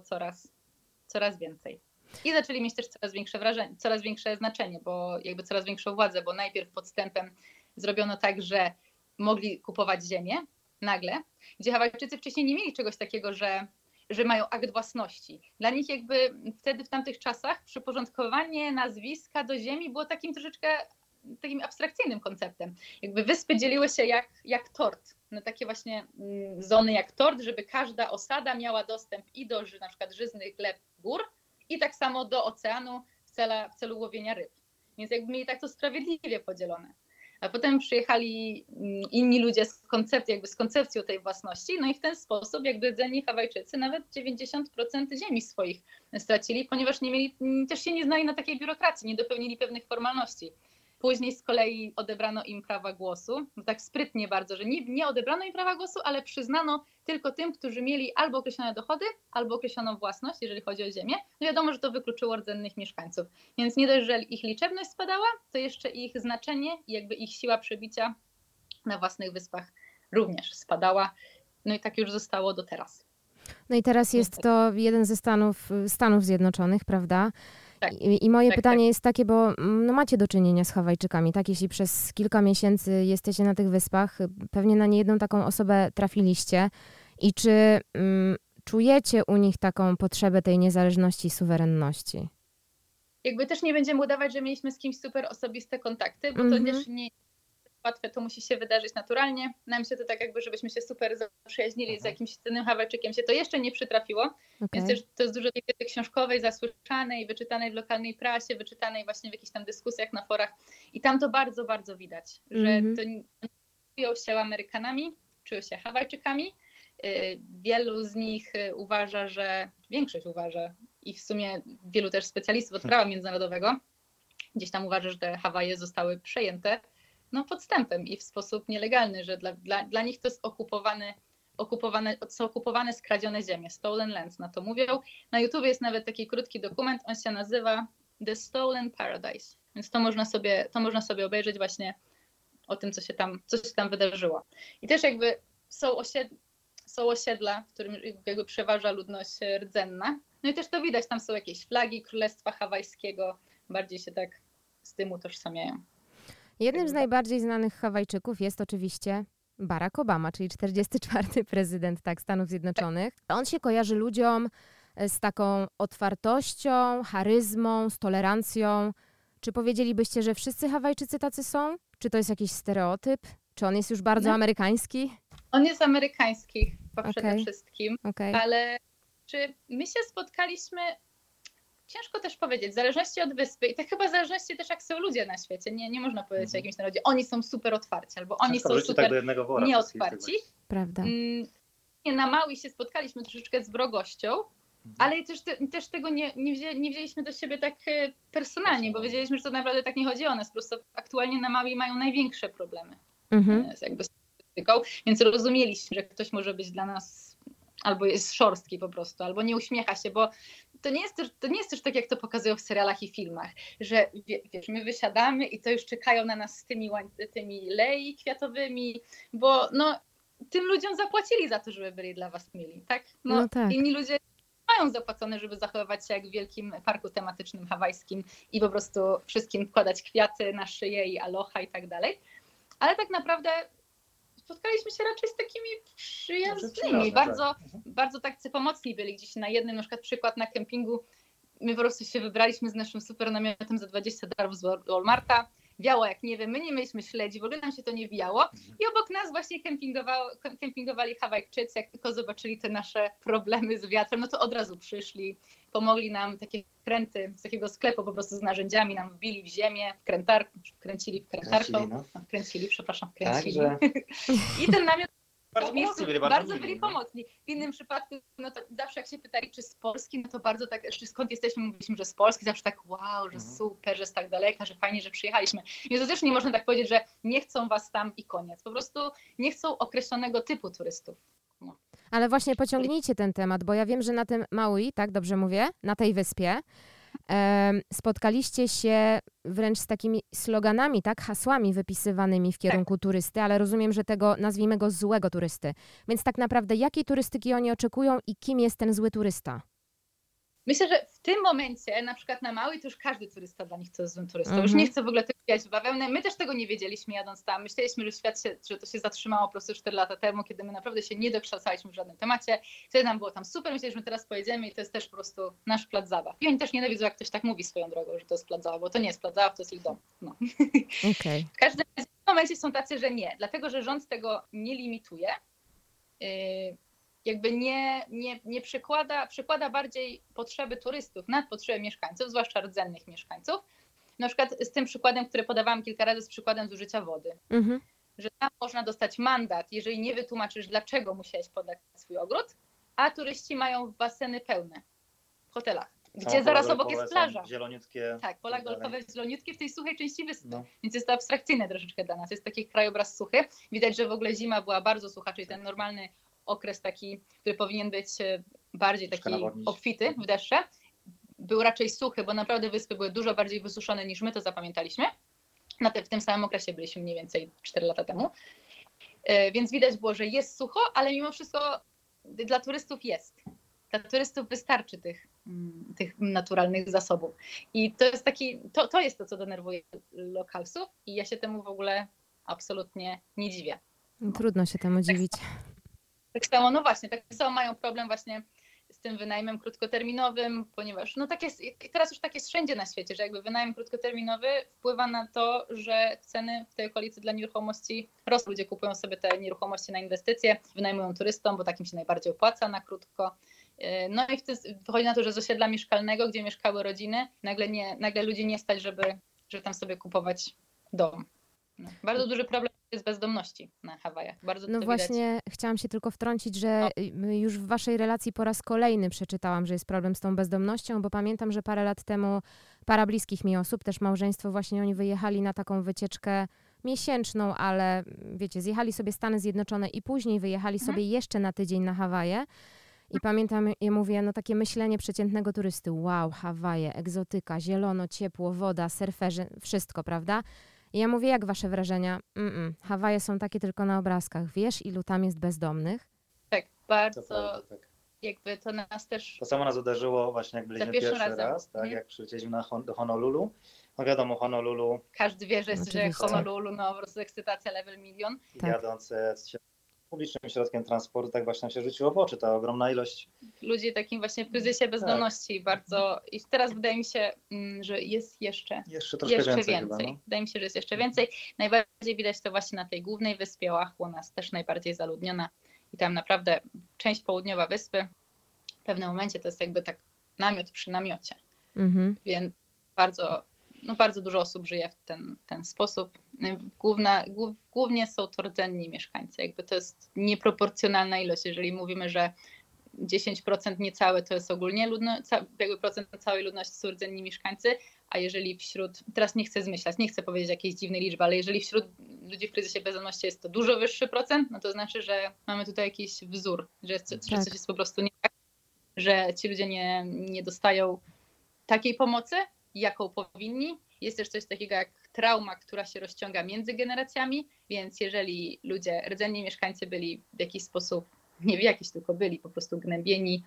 coraz więcej. I zaczęli mieć też coraz większe znaczenie, bo jakby coraz większą władzę, bo najpierw podstępem zrobiono tak, że mogli kupować ziemię nagle, gdzie Hawajczycy wcześniej nie mieli czegoś takiego, że mają akt własności. Dla nich jakby wtedy w tamtych czasach przyporządkowanie nazwiska do ziemi było takim abstrakcyjnym konceptem. Jakby wyspy dzieliły się jak tort, na takie właśnie zony jak tort, żeby każda osada miała dostęp i do na przykład żyznych gleb gór i tak samo do oceanu w celu łowienia ryb. Więc jakby mieli tak to sprawiedliwie podzielone. A potem przyjechali inni ludzie z koncepcją tej własności, no i w ten sposób jakby rdzenni Hawajczycy nawet 90% ziemi swoich stracili, ponieważ też się nie znali na takiej biurokracji, nie dopełnili pewnych formalności. Później z kolei odebrano im prawa głosu, tak sprytnie bardzo, że nie odebrano im prawa głosu, ale przyznano tylko tym, którzy mieli albo określone dochody, albo określoną własność, jeżeli chodzi o ziemię. No wiadomo, że to wykluczyło rdzennych mieszkańców. Więc nie dość, że ich liczebność spadała, to jeszcze ich znaczenie i jakby ich siła przebicia na własnych wyspach również spadała. No i tak już zostało do teraz. No i teraz jest to jeden ze Stanów Zjednoczonych, prawda? Tak. I moje pytanie jest takie, bo macie do czynienia z Hawajczykami, tak? Jeśli przez kilka miesięcy jesteście na tych wyspach, pewnie na niejedną taką osobę trafiliście. I czy czujecie u nich taką potrzebę tej niezależności i suwerenności? Jakby też nie będziemy udawać, że mieliśmy z kimś super osobiste kontakty, bo to też nie łatwe, to musi się wydarzyć naturalnie. Nam się to tak jakby, żebyśmy się super zaprzyjaźnili z jakimś innym Hawajczykiem, się to jeszcze nie przytrafiło, więc też to jest dużo wiedzy książkowej, zasłyszanej, wyczytanej w lokalnej prasie, wyczytanej właśnie w jakichś tam dyskusjach na forach i tam to bardzo, bardzo widać, że to nie czują się Amerykanami, czują się Hawajczykami. Wielu z nich uważa, większość uważa i w sumie wielu też specjalistów od prawa międzynarodowego gdzieś tam uważa, że te Hawaje zostały przejęte podstępem i w sposób nielegalny, że dla nich to jest okupowane, skradzione ziemie, stolen lands, na to mówią. Na YouTubie jest nawet taki krótki dokument, on się nazywa The Stolen Paradise, więc to można sobie obejrzeć właśnie o tym, co się tam wydarzyło. I też jakby są osiedla, w którym jakby przeważa ludność rdzenna. No i też to widać, tam są jakieś flagi Królestwa Hawajskiego, bardziej się tak z tym utożsamiają. Jednym z najbardziej znanych Hawajczyków jest oczywiście Barack Obama, czyli 44. prezydent Stanów Zjednoczonych. On się kojarzy ludziom z taką otwartością, charyzmą, z tolerancją. Czy powiedzielibyście, że wszyscy Hawajczycy tacy są? Czy to jest jakiś stereotyp? Czy on jest już bardzo amerykański? On jest amerykański przede wszystkim, ale czy my się spotkaliśmy, ciężko też powiedzieć, w zależności od wyspy i to chyba w zależności też jak są ludzie na świecie, nie można powiedzieć o jakimś narodzie, oni są super otwarci albo oni są super nieotwarci. Prawda. Na Maui się spotkaliśmy troszeczkę z wrogością, ale też tego nie wzięliśmy do siebie tak personalnie, bo wiedzieliśmy, że to naprawdę tak nie chodzi o nas, po prostu aktualnie na Maui mają największe problemy jakby z polityką, więc rozumieliśmy, że ktoś może być dla nas albo jest szorstki po prostu, albo nie uśmiecha się, bo to nie jest też tak, jak to pokazują w serialach i filmach, że wiesz, my wysiadamy i to już czekają na nas z tymi lei kwiatowymi, bo tym ludziom zapłacili za to, żeby byli dla was mili, tak? Tak. Inni ludzie mają zapłacone, żeby zachowywać się jak w wielkim parku tematycznym hawajskim i po prostu wszystkim wkładać kwiaty na szyję i aloha i tak dalej, ale tak naprawdę spotkaliśmy się raczej z takimi przyjaznymi, bardzo tacy pomocni byli. Gdzieś na jednym na przykład przykład na kempingu, my po prostu się wybraliśmy z naszym super namiotem za $20 z Walmarta, wiało jak nie wiem, my nie mieliśmy śledzi, w ogóle nam się to nie wijało i obok nas właśnie kempingowali Hawajczycy, jak tylko zobaczyli te nasze problemy z wiatrem, to od razu przyszli, pomogli nam, takie kręty z takiego sklepu po prostu z narzędziami nam wbili w ziemię, kręcili. I ten namiot bardzo byli pomocni. W innym przypadku, to zawsze jak się pytali, czy z Polski, to bardzo tak, czy skąd jesteśmy, mówiliśmy, że z Polski, zawsze tak wow, że super, że jest tak daleka, że fajnie, że przyjechaliśmy. Więc to też nie można tak powiedzieć, że nie chcą was tam i koniec. Po prostu nie chcą określonego typu turystów. Ale właśnie pociągnijcie ten temat, bo ja wiem, że na tym Maui, tak dobrze mówię, na tej wyspie, spotkaliście się wręcz z takimi sloganami, tak, hasłami wypisywanymi w kierunku turysty, ale rozumiem, że tego, nazwijmy go, złego turysty. Więc tak naprawdę jakiej turystyki oni oczekują i kim jest ten zły turysta? Myślę, że w tym momencie, na przykład na Maui, to już każdy turysta dla nich to jest złym turystą. Już nie chcę w ogóle tego wbijać w bawełnę. My też tego nie wiedzieliśmy jadąc tam. Myśleliśmy, że to się zatrzymało po prostu 4 lata temu, kiedy my naprawdę się nie dokształcaliśmy w żadnym temacie. Wtedy nam było tam super, myśleliśmy, że teraz pojedziemy i to jest też po prostu nasz plac zabaw. I oni też nienawidzą, jak ktoś tak mówi swoją drogą, że to jest plac zabaw, bo to nie jest plac zabaw, to jest ich dom. W każdym momencie są tacy, że nie, dlatego, że rząd tego nie limituje. Jakby nie przekłada bardziej potrzeby turystów nad potrzeby mieszkańców, zwłaszcza rdzennych mieszkańców. Na przykład z tym przykładem, który podawałam kilka razy, z przykładem zużycia wody. Że tam można dostać mandat, jeżeli nie wytłumaczysz, dlaczego musiałeś podać swój ogród, a turyści mają baseny pełne w hotelach, gdzie zaraz obok jest plaża. Zieloniutkie. Tak, pola golfowe zieloniutkie w tej suchej części wyspy. Więc jest to abstrakcyjne troszeczkę dla nas. Jest taki krajobraz suchy. Widać, że w ogóle zima była bardzo sucha, czyli ten normalny okres taki, który powinien być bardziej taki obfity w deszcze, był raczej suchy, bo naprawdę wyspy były dużo bardziej wysuszone niż my to zapamiętaliśmy. W tym samym okresie byliśmy mniej więcej 4 lata temu. Więc widać było, że jest sucho, ale mimo wszystko dla turystów jest. Dla turystów wystarczy tych naturalnych zasobów. I to jest to jest to, co denerwuje lokalsów i ja się temu w ogóle absolutnie nie dziwię. Trudno się temu dziwić. Tak samo, tak samo mają problem właśnie z tym wynajmem krótkoterminowym, ponieważ no tak jest, teraz już tak jest wszędzie na świecie, że jakby wynajem krótkoterminowy wpływa na to, że ceny w tej okolicy dla nieruchomości rosną. Ludzie kupują sobie te nieruchomości na inwestycje, wynajmują turystom, bo takim się najbardziej opłaca na krótko. No i wychodzi na to, że z osiedla mieszkalnego, gdzie mieszkały rodziny, nagle ludzi nie stać, żeby tam sobie kupować dom. No. Bardzo duży problem jest bezdomności na Hawajach. Bardzo No właśnie, widać. chciałam się tylko wtrącić, że już w waszej relacji po raz kolejny przeczytałam, że jest problem z tą bezdomnością, bo pamiętam, że parę lat temu para bliskich mi osób, też małżeństwo, właśnie oni wyjechali na taką wycieczkę miesięczną, ale wiecie, zjechali sobie Stany Zjednoczone i później wyjechali sobie jeszcze na tydzień na Hawaje. I pamiętam, ja mówię, no takie myślenie przeciętnego turysty, wow, Hawaje, egzotyka, zielono, ciepło, woda, surferzy, wszystko, prawda? I ja mówię, jak wasze wrażenia? Hawaje są takie tylko na obrazkach. Wiesz, ilu tam jest bezdomnych? Tak, bardzo, prawda, tak. jakby to nas też... To samo nas uderzyło właśnie jak byliśmy pierwszy raz, tak, jak przylecieliśmy do Honolulu. No wiadomo, Honolulu... Każdy wie, że Oczywiście. Honolulu, no po prostu ekscytacja level 1 milion. Tak. Jadąc publicznym środkiem transportu, tak właśnie nam się rzuciło w oczy ta ogromna ilość. Ludzi takim właśnie w kryzysie bezdomności bardzo... I teraz wydaje mi się, że jest jeszcze troszkę więcej. więcej. Chyba, no. Wydaje mi się, że jest jeszcze więcej. Najbardziej widać to właśnie na tej głównej wyspie Oahu, ona jest też najbardziej zaludniona. I tam naprawdę część południowa wyspy w pewnym momencie to jest jakby tak namiot przy namiocie. Więc bardzo dużo osób żyje w ten sposób. Głównie są to rdzenni mieszkańcy. Jakby to jest nieproporcjonalna ilość. Jeżeli mówimy, że 10% niecałe to jest ogólnie jakby procent całej ludności są rdzenni mieszkańcy, a jeżeli teraz nie chcę zmyślać, nie chcę powiedzieć jakiejś dziwnej liczby, ale jeżeli wśród ludzi w kryzysie bezdomności jest to dużo wyższy procent, no to znaczy, że mamy tutaj jakiś wzór, że coś jest po prostu nie tak, że ci ludzie nie dostają takiej pomocy, jaką powinni. Jest też coś takiego jak trauma, która się rozciąga między generacjami, więc jeżeli rdzenni mieszkańcy byli w jakiś sposób, nie w jakiś, tylko byli po prostu gnębieni,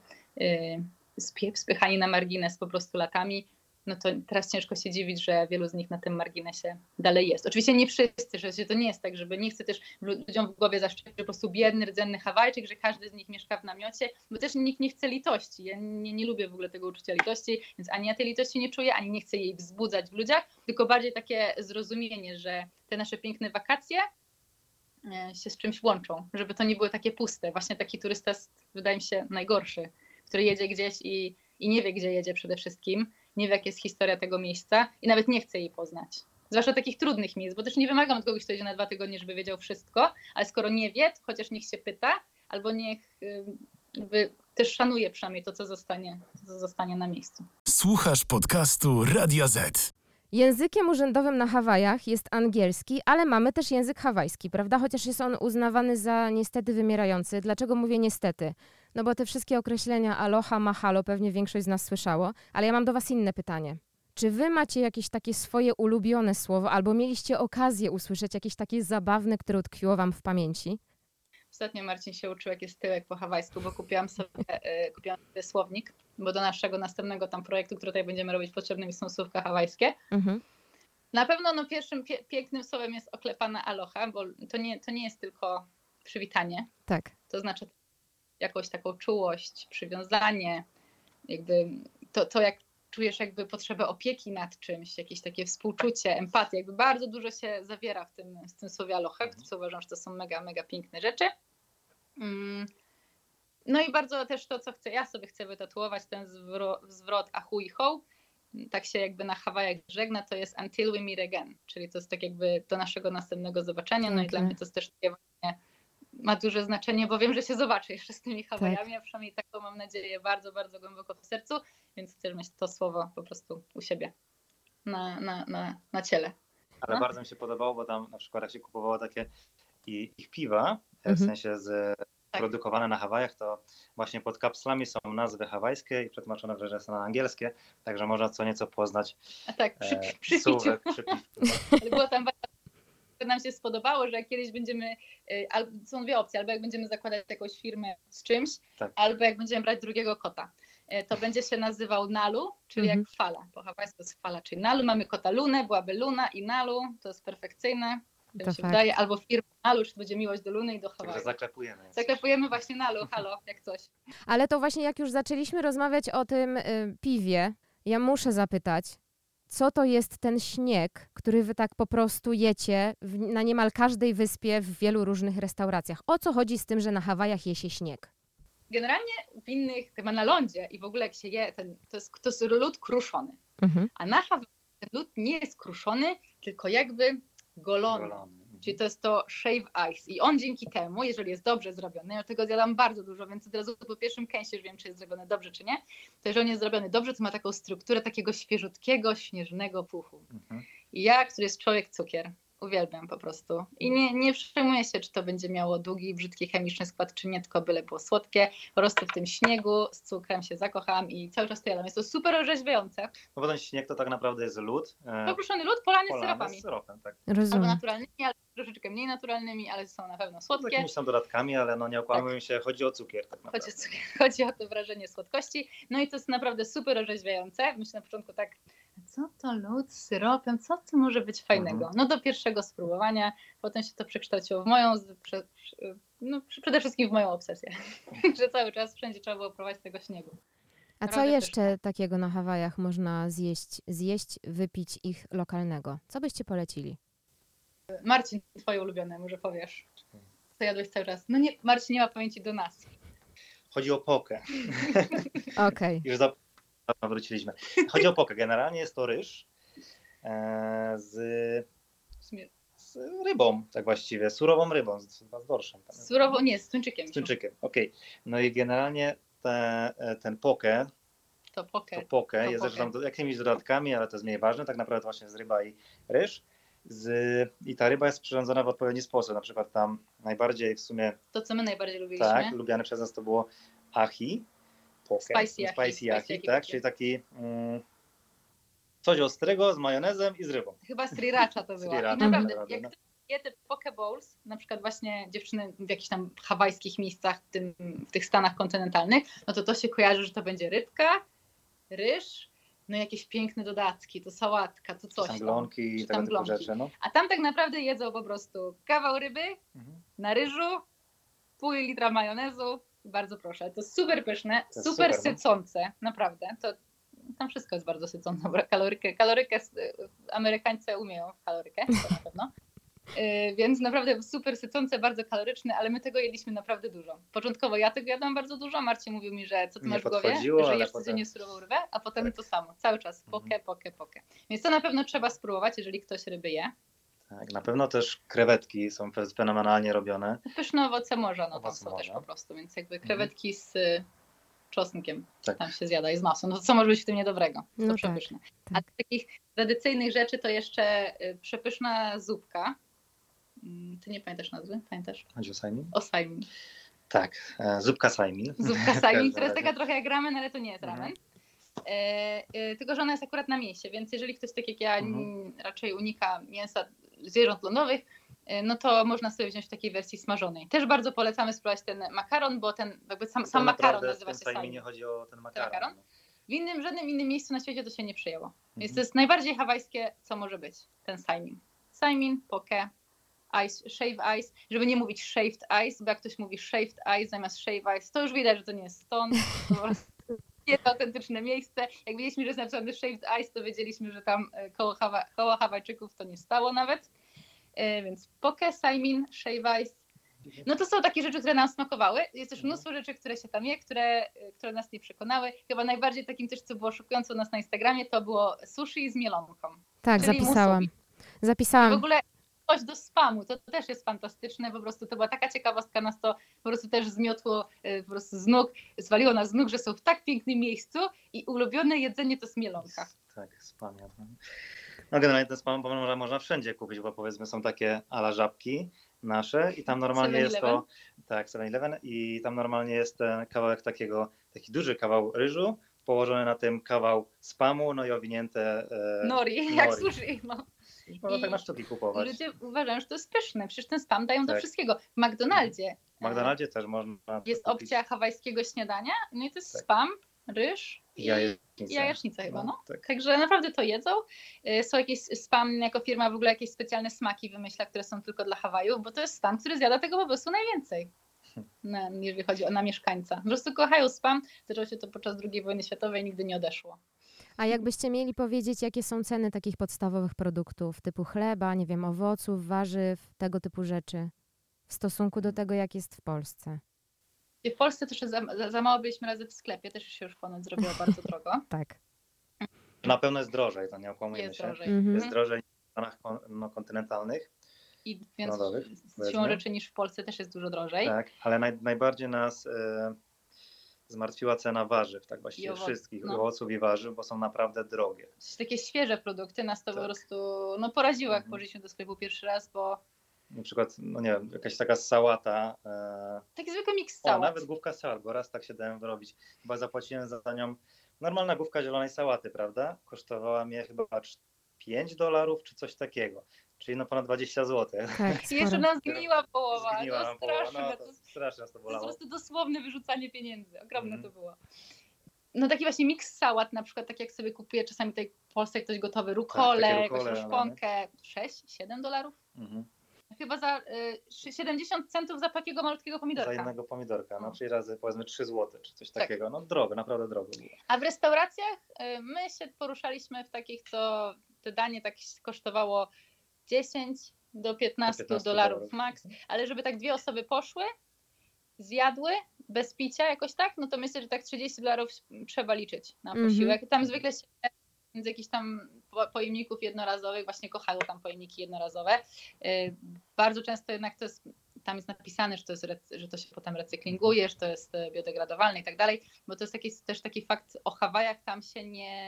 spychani na margines po prostu latami, no to teraz ciężko się dziwić, że wielu z nich na tym marginesie dalej jest. Oczywiście nie wszyscy, że to nie jest tak, żeby nie chcę też ludziom w głowie zaszczepić, że po prostu biedny, rdzenny Hawajczyk, że każdy z nich mieszka w namiocie, bo też nikt nie chce litości. Ja nie lubię w ogóle tego uczucia litości, więc ani ja tej litości nie czuję, ani nie chcę jej wzbudzać w ludziach, tylko bardziej takie zrozumienie, że te nasze piękne wakacje się z czymś łączą, żeby to nie były takie puste. Właśnie taki turysta jest, wydaje mi się, najgorszy, który jedzie gdzieś i nie wie, gdzie jedzie przede wszystkim, nie wie, jaka jest historia tego miejsca i nawet nie chce jej poznać. Zwłaszcza takich trudnych miejsc, bo też nie wymagam od kogoś, kto jedzie na 2 tygodnie, żeby wiedział wszystko, ale skoro nie wie, to chociaż niech się pyta, albo niech też szanuje przynajmniej to, co zostanie na miejscu. Słuchasz podcastu Radia Z. Językiem urzędowym na Hawajach jest angielski, ale mamy też język hawajski, prawda? Chociaż jest on uznawany za niestety wymierający. Dlaczego mówię niestety? No bo te wszystkie określenia aloha, mahalo pewnie większość z nas słyszało, ale ja mam do was inne pytanie. Czy wy macie jakieś takie swoje ulubione słowo, albo mieliście okazję usłyszeć jakieś takie zabawne, które utkwiło wam w pamięci? Ostatnio Marcin się uczył, jak jest tyłek po hawajsku, bo kupiłam sobie słownik, bo do naszego następnego tam projektu, który tutaj będziemy robić, potrzebne mi są słówka hawajskie. Na pewno pierwszym pięknym słowem jest oklepana aloha, bo to nie jest tylko przywitanie. Tak. To znaczy jakąś taką czułość, przywiązanie, jakby to jak czujesz jakby potrzebę opieki nad czymś, jakieś takie współczucie, empatię, jakby bardzo dużo się zawiera w tym słowie aloha, co uważam, że to są mega, mega piękne rzeczy. No i bardzo też to, co ja sobie chcę wytatuować, ten zwrot ahui ho, tak się jakby na Hawajach żegna, to jest until we meet again, czyli to jest tak jakby do naszego następnego zobaczenia, no i dla mnie to jest też takie właśnie ma duże znaczenie, bo wiem, że się zobaczę jeszcze z tymi Hawajami, a przynajmniej taką mam nadzieję bardzo, bardzo głęboko w sercu, więc chcę mieć to słowo po prostu u siebie na ciele. Ale bardzo mi się podobało, bo tam na przykład jak się kupowało takie ich piwa, w sensie produkowane na Hawajach, to właśnie pod kapslami są nazwy hawajskie i przetłumaczone że są na angielskie, także można co nieco poznać słówek przy piwku. Było tam nam się spodobało, że jak kiedyś będziemy, są 2 opcje, albo jak będziemy zakładać jakąś firmę z czymś, albo jak będziemy brać drugiego kota. To będzie się nazywał Nalu, czyli jak fala. Po hawajsku to jest fala, czyli Nalu. Mamy kota Lunę, byłaby Luna i Nalu, to jest perfekcyjne. Tak mi się wydaje. Albo firma Nalu, czy to będzie Miłość do Luny i do Hawaju. Także zaklepujemy. Zaklepujemy właśnie Nalu, halo, jak coś. Ale to właśnie jak już zaczęliśmy rozmawiać o tym piwie, ja muszę zapytać, co to jest ten śnieg, który wy tak po prostu jecie na niemal każdej wyspie w wielu różnych restauracjach? O co chodzi z tym, że na Hawajach je się śnieg? Generalnie w innych, chyba na lądzie i w ogóle jak się je, to jest lód kruszony. A na Hawajach ten lód nie jest kruszony, tylko jakby golony. Czyli to jest to shave ice. I on dzięki temu, jeżeli jest dobrze zrobiony, ja tego zjadam bardzo dużo, więc od razu po pierwszym kęsie już wiem, czy jest zrobiony dobrze, czy nie. To jeżeli on jest zrobiony dobrze, to ma taką strukturę takiego świeżutkiego, śnieżnego puchu. I ja, który jest człowiek cukier, uwielbiam po prostu. I nie przejmuję się, czy to będzie miało długi, brzydki, chemiczny skład, czy nie, tylko byle było słodkie. Po prostu w tym śniegu z cukrem się zakochałam i cały czas to jadam. Jest to super orzeźwiające. No bo ten śnieg to tak naprawdę jest lód. Pokruszony lód polany z syropami. Z syropem, tak. Rozumiem. Albo naturalnymi, ale troszeczkę mniej naturalnymi, ale są na pewno Z słodkie. jakimiś tam dodatkami, ale no nie okłamujmy się, chodzi o cukier tak naprawdę. Chodzi o to wrażenie słodkości. No i to jest naprawdę super orzeźwiające. Myślę na początku tak, co to lód z syropem, co to może być fajnego? No do pierwszego spróbowania, potem się to przekształciło w moją, przede wszystkim w moją obsesję, że cały czas wszędzie trzeba było próbować tego śniegu. A co jeszcze takiego na Hawajach można zjeść, wypić ich lokalnego? Co byście polecili? Marcin, twoje ulubione, może powiesz, co jadłeś cały czas? No nie, Marcin nie ma pamięci do nas. Chodzi o pokę. Okej. Już wróciliśmy. Chodzi o pokę. Generalnie jest to ryż z rybą, tak właściwie, surową rybą, z dorszem. Surową, nie, z tuńczykiem. Z tuńczykiem, okej. No i generalnie ten pokę, to pokę jest zresztą jakimiś dodatkami, ale to jest mniej ważne, tak naprawdę właśnie z ryba i ryż. I ta ryba jest przyrządzona w odpowiedni sposób, na przykład tam najbardziej w sumie... To, co my najbardziej lubiliśmy. Tak, lubiane przez nas to było ahi, pokę, spicy ahi, tak, czyli taki coś ostrego z majonezem i z rybą. Chyba sriracha to była. I naprawdę, jak ktoś je te poke bowls, na przykład właśnie dziewczyny w jakichś tam hawajskich miejscach, w tych Stanach kontynentalnych, no to się kojarzy, że to będzie rybka, ryż, no jakieś piękne dodatki, to sałatka, to coś Glonki i tego typu rzeczy. No. A tam tak naprawdę jedzą po prostu kawał ryby na ryżu, pół litra majonezu i bardzo proszę. To jest super pyszne, super sycące, naprawdę. Tam wszystko jest bardzo sycące, bo kalorykę Amerykańcy umieją kalorykę, to na pewno. Więc naprawdę super sycące, bardzo kaloryczne, ale my tego jedliśmy naprawdę dużo. Początkowo ja tego jadłam bardzo dużo, Marcin mówił mi, że co ty masz w głowie, że jesz codziennie surową rybę, a potem to samo, cały czas pokę. Więc to na pewno trzeba spróbować, jeżeli ktoś ryby je. Tak, na pewno też krewetki są fenomenalnie robione. Pyszne owoce morza, no tam są też po prostu, więc jakby krewetki z czosnkiem tam się zjada i z masą. No to co może być w tym niedobrego? To przepyszne. Tak. A z takich tradycyjnych rzeczy to jeszcze przepyszna zupka. Ty nie pamiętasz nazwy? Pamiętasz? Chodzi o sajmin? O sajmin. Tak, zupka sajmin. Zupka sajmin, która jest taka trochę jak ramen, ale to nie jest ramen. Tylko że ona jest akurat na mięsie, więc jeżeli ktoś tak jak ja raczej unika mięsa zwierząt lądowych, no to można sobie wziąć w takiej wersji smażonej. Też bardzo polecamy spróbować ten makaron, bo ten jakby sam makaron nazywa się sajmin. Nie chodzi o ten makaron. W żadnym innym miejscu na świecie to się nie przyjęło. Więc to jest najbardziej hawajskie, co może być, ten sajmin. Sajmin, poke, ice, shave ice, żeby nie mówić shaved ice, bo jak ktoś mówi shaved ice zamiast shave ice, to już widać, że to nie jest stąd. Po prostu jest autentyczne miejsce. Jak wiedzieliśmy, że jest napisane shaved ice, to wiedzieliśmy, że tam koło Hawajczyków to nie stało nawet. Więc poke, sajmin, shave ice. No to są takie rzeczy, które nam smakowały. Jest też mnóstwo rzeczy, które się tam je, które nas nie przekonały. Chyba najbardziej takim coś, co było szokujące u nas na Instagramie, to było sushi z mielonką. Tak, zapisałam. I w ogóle coś do spamu, to też jest fantastyczne, po prostu to była taka ciekawostka, nas to po prostu też zmiotło po prostu z nóg, zwaliło nas z nóg, że są w tak pięknym miejscu i ulubione jedzenie to jest mielonka. Tak, spam jadłem. No generalnie ten spam można wszędzie kupić, bo powiedzmy są takie ala żabki nasze i tam normalnie jest to, tak, 7-Eleven i tam normalnie jest ten kawałek taki duży kawał ryżu, położony na tym kawał spamu, no i owinięte nori, jak sushi, no. Można tak na sztuki kupować. Ludzie uważają, że to jest pyszne. Przecież ten spam dają do wszystkiego. W McDonaldzie. W McDonaldzie też można. Jest opcja hawajskiego śniadania. No i to jest spam, ryż, jajecznica chyba, no. Tak. Także naprawdę to jedzą. Są jakieś, Spam jako firma w ogóle jakieś specjalne smaki wymyśla, które są tylko dla Hawajów, bo to jest stan, który zjada tego po prostu najwięcej, jeżeli chodzi na mieszkańca. Po prostu kochają Spam. Zaczęło się to podczas II wojny światowej, nigdy nie odeszło. A jakbyście mieli powiedzieć, jakie są ceny takich podstawowych produktów, typu chleba, nie wiem, owoców, warzyw, tego typu rzeczy, w stosunku do tego, jak jest w Polsce? I w Polsce też za mało byliśmy razy w sklepie, też się już ponoć zrobiło bardzo drogo. Tak. Na pewno jest drożej, to nie okłamujemy Jest się. drożej. Jest drożej niż w Stanach kontynentalnych. I więc Narodowych, z siłą rzeczy niż w Polsce też jest dużo drożej. Tak, ale najbardziej nas zmartwiła cena warzyw, tak właściwie wszystkich owoców i warzyw, bo są naprawdę drogie. Takie świeże produkty nas to po prostu poraziło, jak poszliśmy do sklepu pierwszy raz, bo na przykład, no nie wiem, jakaś taka sałata. Taki zwykły miks sałat. Nawet główka sałat, bo raz tak się dałem wyrobić. Chyba zapłaciłem za nią normalna główka zielonej sałaty, prawda? Kosztowała mnie chyba $5 czy coś takiego. Czyli ponad 20 zł. Tak, i jeszcze nam zgniła połowa. Strasznie nas to bolało. To jest po prostu dosłowne wyrzucanie pieniędzy. Ogromne to było. No taki właśnie miks sałat, na przykład tak jak sobie kupuję czasami tutaj w Polsce ktoś gotowy rukolę, jakąś szponkę, $6-7. Chyba za 70 centów za takiego malutkiego pomidorka. Za jednego pomidorka, czyli razy powiedzmy 3 zł czy coś takiego. No drogo, naprawdę drogo było. A w restauracjach my się poruszaliśmy w takich, co to danie tak kosztowało 10 do 15 dolarów max, ale żeby tak 2 osoby poszły, zjadły bez picia jakoś tak, no to myślę, że tak $30 trzeba liczyć na posiłek. Tam zwykle się z jakichś tam pojemników jednorazowych, właśnie kochają tam pojemniki jednorazowe. Bardzo często jednak to jest, tam jest napisane, że to się potem recyklinguje, że to jest biodegradowalne i tak dalej, bo to jest też taki fakt o Hawajach, tam się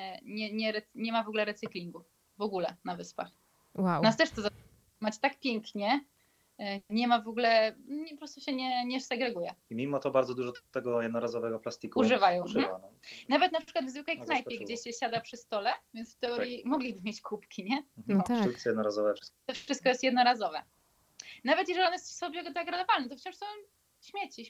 nie ma w ogóle recyklingu, w ogóle na wyspach. Wow. Nas też to macie tak pięknie, nie ma w ogóle, po prostu się nie segreguje. I mimo to bardzo dużo tego jednorazowego plastiku używają. Nawet na przykład w zwykłej knajpie, gdzie się siada przy stole, więc w teorii mogliby mieć kubki, nie? No tak. Sztuczce jednorazowe. To wszystko jest jednorazowe. Nawet jeżeli one są biodegradowalne, to wciąż są śmieci.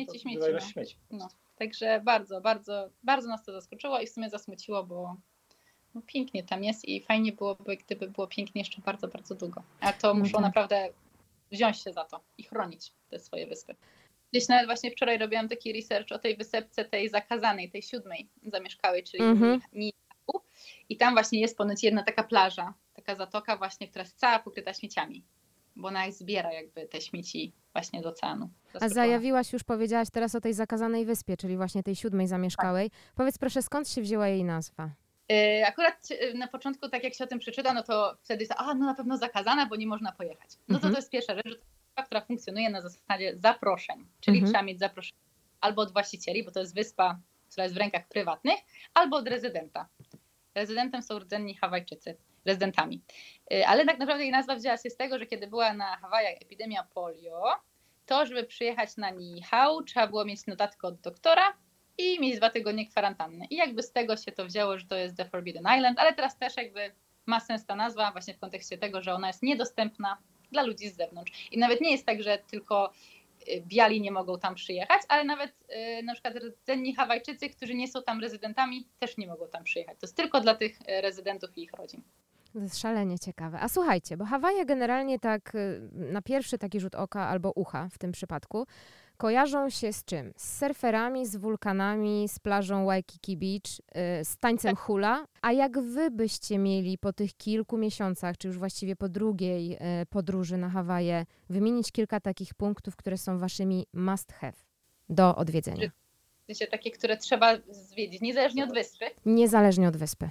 No. Także bardzo, bardzo, bardzo nas to zaskoczyło i w sumie zasmuciło, bo pięknie tam jest i fajnie byłoby, gdyby było pięknie jeszcze bardzo, bardzo długo. A to muszą naprawdę wziąć się za to i chronić te swoje wyspy. Gdzieś nawet właśnie wczoraj robiłam taki research o tej wysepce, tej zakazanej, tej 7. zamieszkałej, czyli Niihau. I tam właśnie jest ponoć jedna taka plaża, taka zatoka właśnie, która jest cała pokryta śmieciami, bo ona zbiera jakby te śmieci właśnie z oceanu. A zajawiłaś już, powiedziałaś teraz o tej zakazanej wyspie, czyli właśnie tej 7. zamieszkałej. Tak. Powiedz proszę, skąd się wzięła jej nazwa? Akurat na początku, tak jak się o tym przeczyta, no to wtedy jest na pewno zakazana, bo nie można pojechać. No to jest pierwsza rzecz, że to jest wyspa, która funkcjonuje na zasadzie zaproszeń, czyli trzeba mieć zaproszenie albo od właścicieli, bo to jest wyspa, która jest w rękach prywatnych, albo od rezydenta. Rezydentem są rdzenni Hawajczycy, rezydentami. Ale tak naprawdę jej nazwa wzięła się z tego, że kiedy była na Hawajach epidemia polio, to żeby przyjechać na Niihau trzeba było mieć notatkę od doktora i mieć 2 tygodnie kwarantanny. I jakby z tego się to wzięło, że to jest The Forbidden Island, ale teraz też jakby ma sens ta nazwa właśnie w kontekście tego, że ona jest niedostępna dla ludzi z zewnątrz. I nawet nie jest tak, że tylko biali nie mogą tam przyjechać, ale nawet na przykład rdzenni Hawajczycy, którzy nie są tam rezydentami, też nie mogą tam przyjechać. To jest tylko dla tych rezydentów i ich rodzin. To jest szalenie ciekawe. A słuchajcie, bo Hawaje generalnie tak na pierwszy taki rzut oka albo ucha w tym przypadku kojarzą się z czym? Z surferami, z wulkanami, z plażą Waikiki Beach, z tańcem hula. A jak wy byście mieli po tych kilku miesiącach, czy już właściwie po drugiej podróży na Hawaje, wymienić kilka takich punktów, które są waszymi must have do odwiedzenia? W sensie takie, które trzeba zwiedzić, niezależnie od wyspy? Niezależnie od wyspy.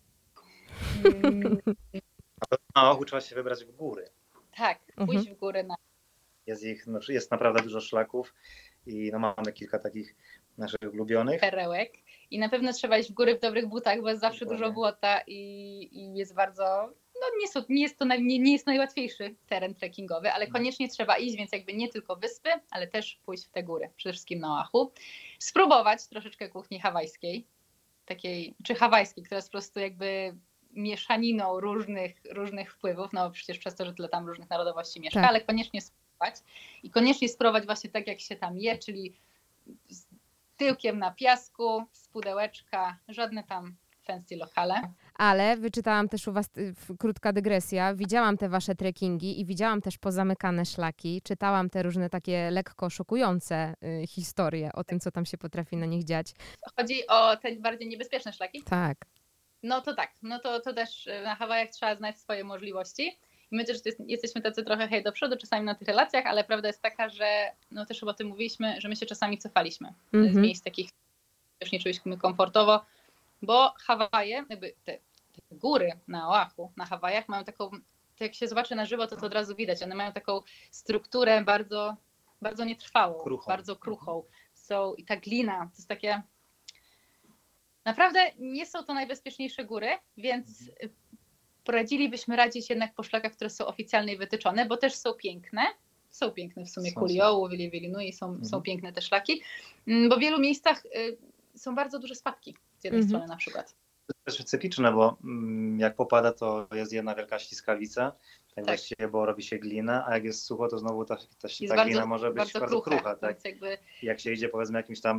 Na ochu trzeba się wybrać w góry. Tak, pójść w góry. Jest naprawdę dużo szlaków i mamy kilka takich naszych ulubionych. Perełek. I na pewno trzeba iść w góry w dobrych butach, bo jest zawsze dużo błota i jest bardzo... nie jest najłatwiejszy teren trekkingowy, ale koniecznie trzeba iść, więc jakby nie tylko wyspy, ale też pójść w te góry, przede wszystkim na Oahu. Spróbować troszeczkę kuchni hawajskiej, takiej, czy hawajskiej, która jest po prostu jakby mieszaniną różnych wpływów, no przecież przez to, że tyle tam różnych narodowości mieszka, ale koniecznie spróbować i koniecznie spróbować właśnie tak, jak się tam je, czyli tyłkiem na piasku, z pudełeczka, żadne tam fancy lokale. Ale wyczytałam też u was, krótka dygresja, widziałam te wasze trekkingi i widziałam też pozamykane szlaki, czytałam te różne takie lekko szokujące historie o tym, co tam się potrafi na nich dziać. Chodzi o te bardziej niebezpieczne szlaki? Tak. No to tak, no to też na Hawajach trzeba znać swoje możliwości. My też jesteśmy tacy trochę hej do przodu czasami na tych relacjach, ale prawda jest taka, że no też chyba o tym mówiliśmy, że my się czasami cofaliśmy z miejsc takich, już nie czuliśmy komfortowo, bo Hawaje, jakby te góry na Oahu, na Hawajach mają taką, to jak się zobaczy na żywo, to od razu widać, one mają taką strukturę bardzo, bardzo nietrwałą, bardzo kruchą. I ta glina, to jest takie... Naprawdę nie są to najbezpieczniejsze góry, więc poradzilibyśmy radzić jednak po szlakach, które są oficjalnie i wytyczone, bo też są piękne. Są piękne w sumie Kuliou, Wili, są piękne te szlaki, bo w wielu miejscach są bardzo duże spadki z jednej strony na przykład. To jest też cykliczne, bo jak popada, to jest jedna wielka ściskawica, tak właściwie, bo robi się glina, a jak jest sucho, to znowu ta glina może być bardzo krucha. Tak? Jakby... Jak się idzie powiedzmy jakimś tam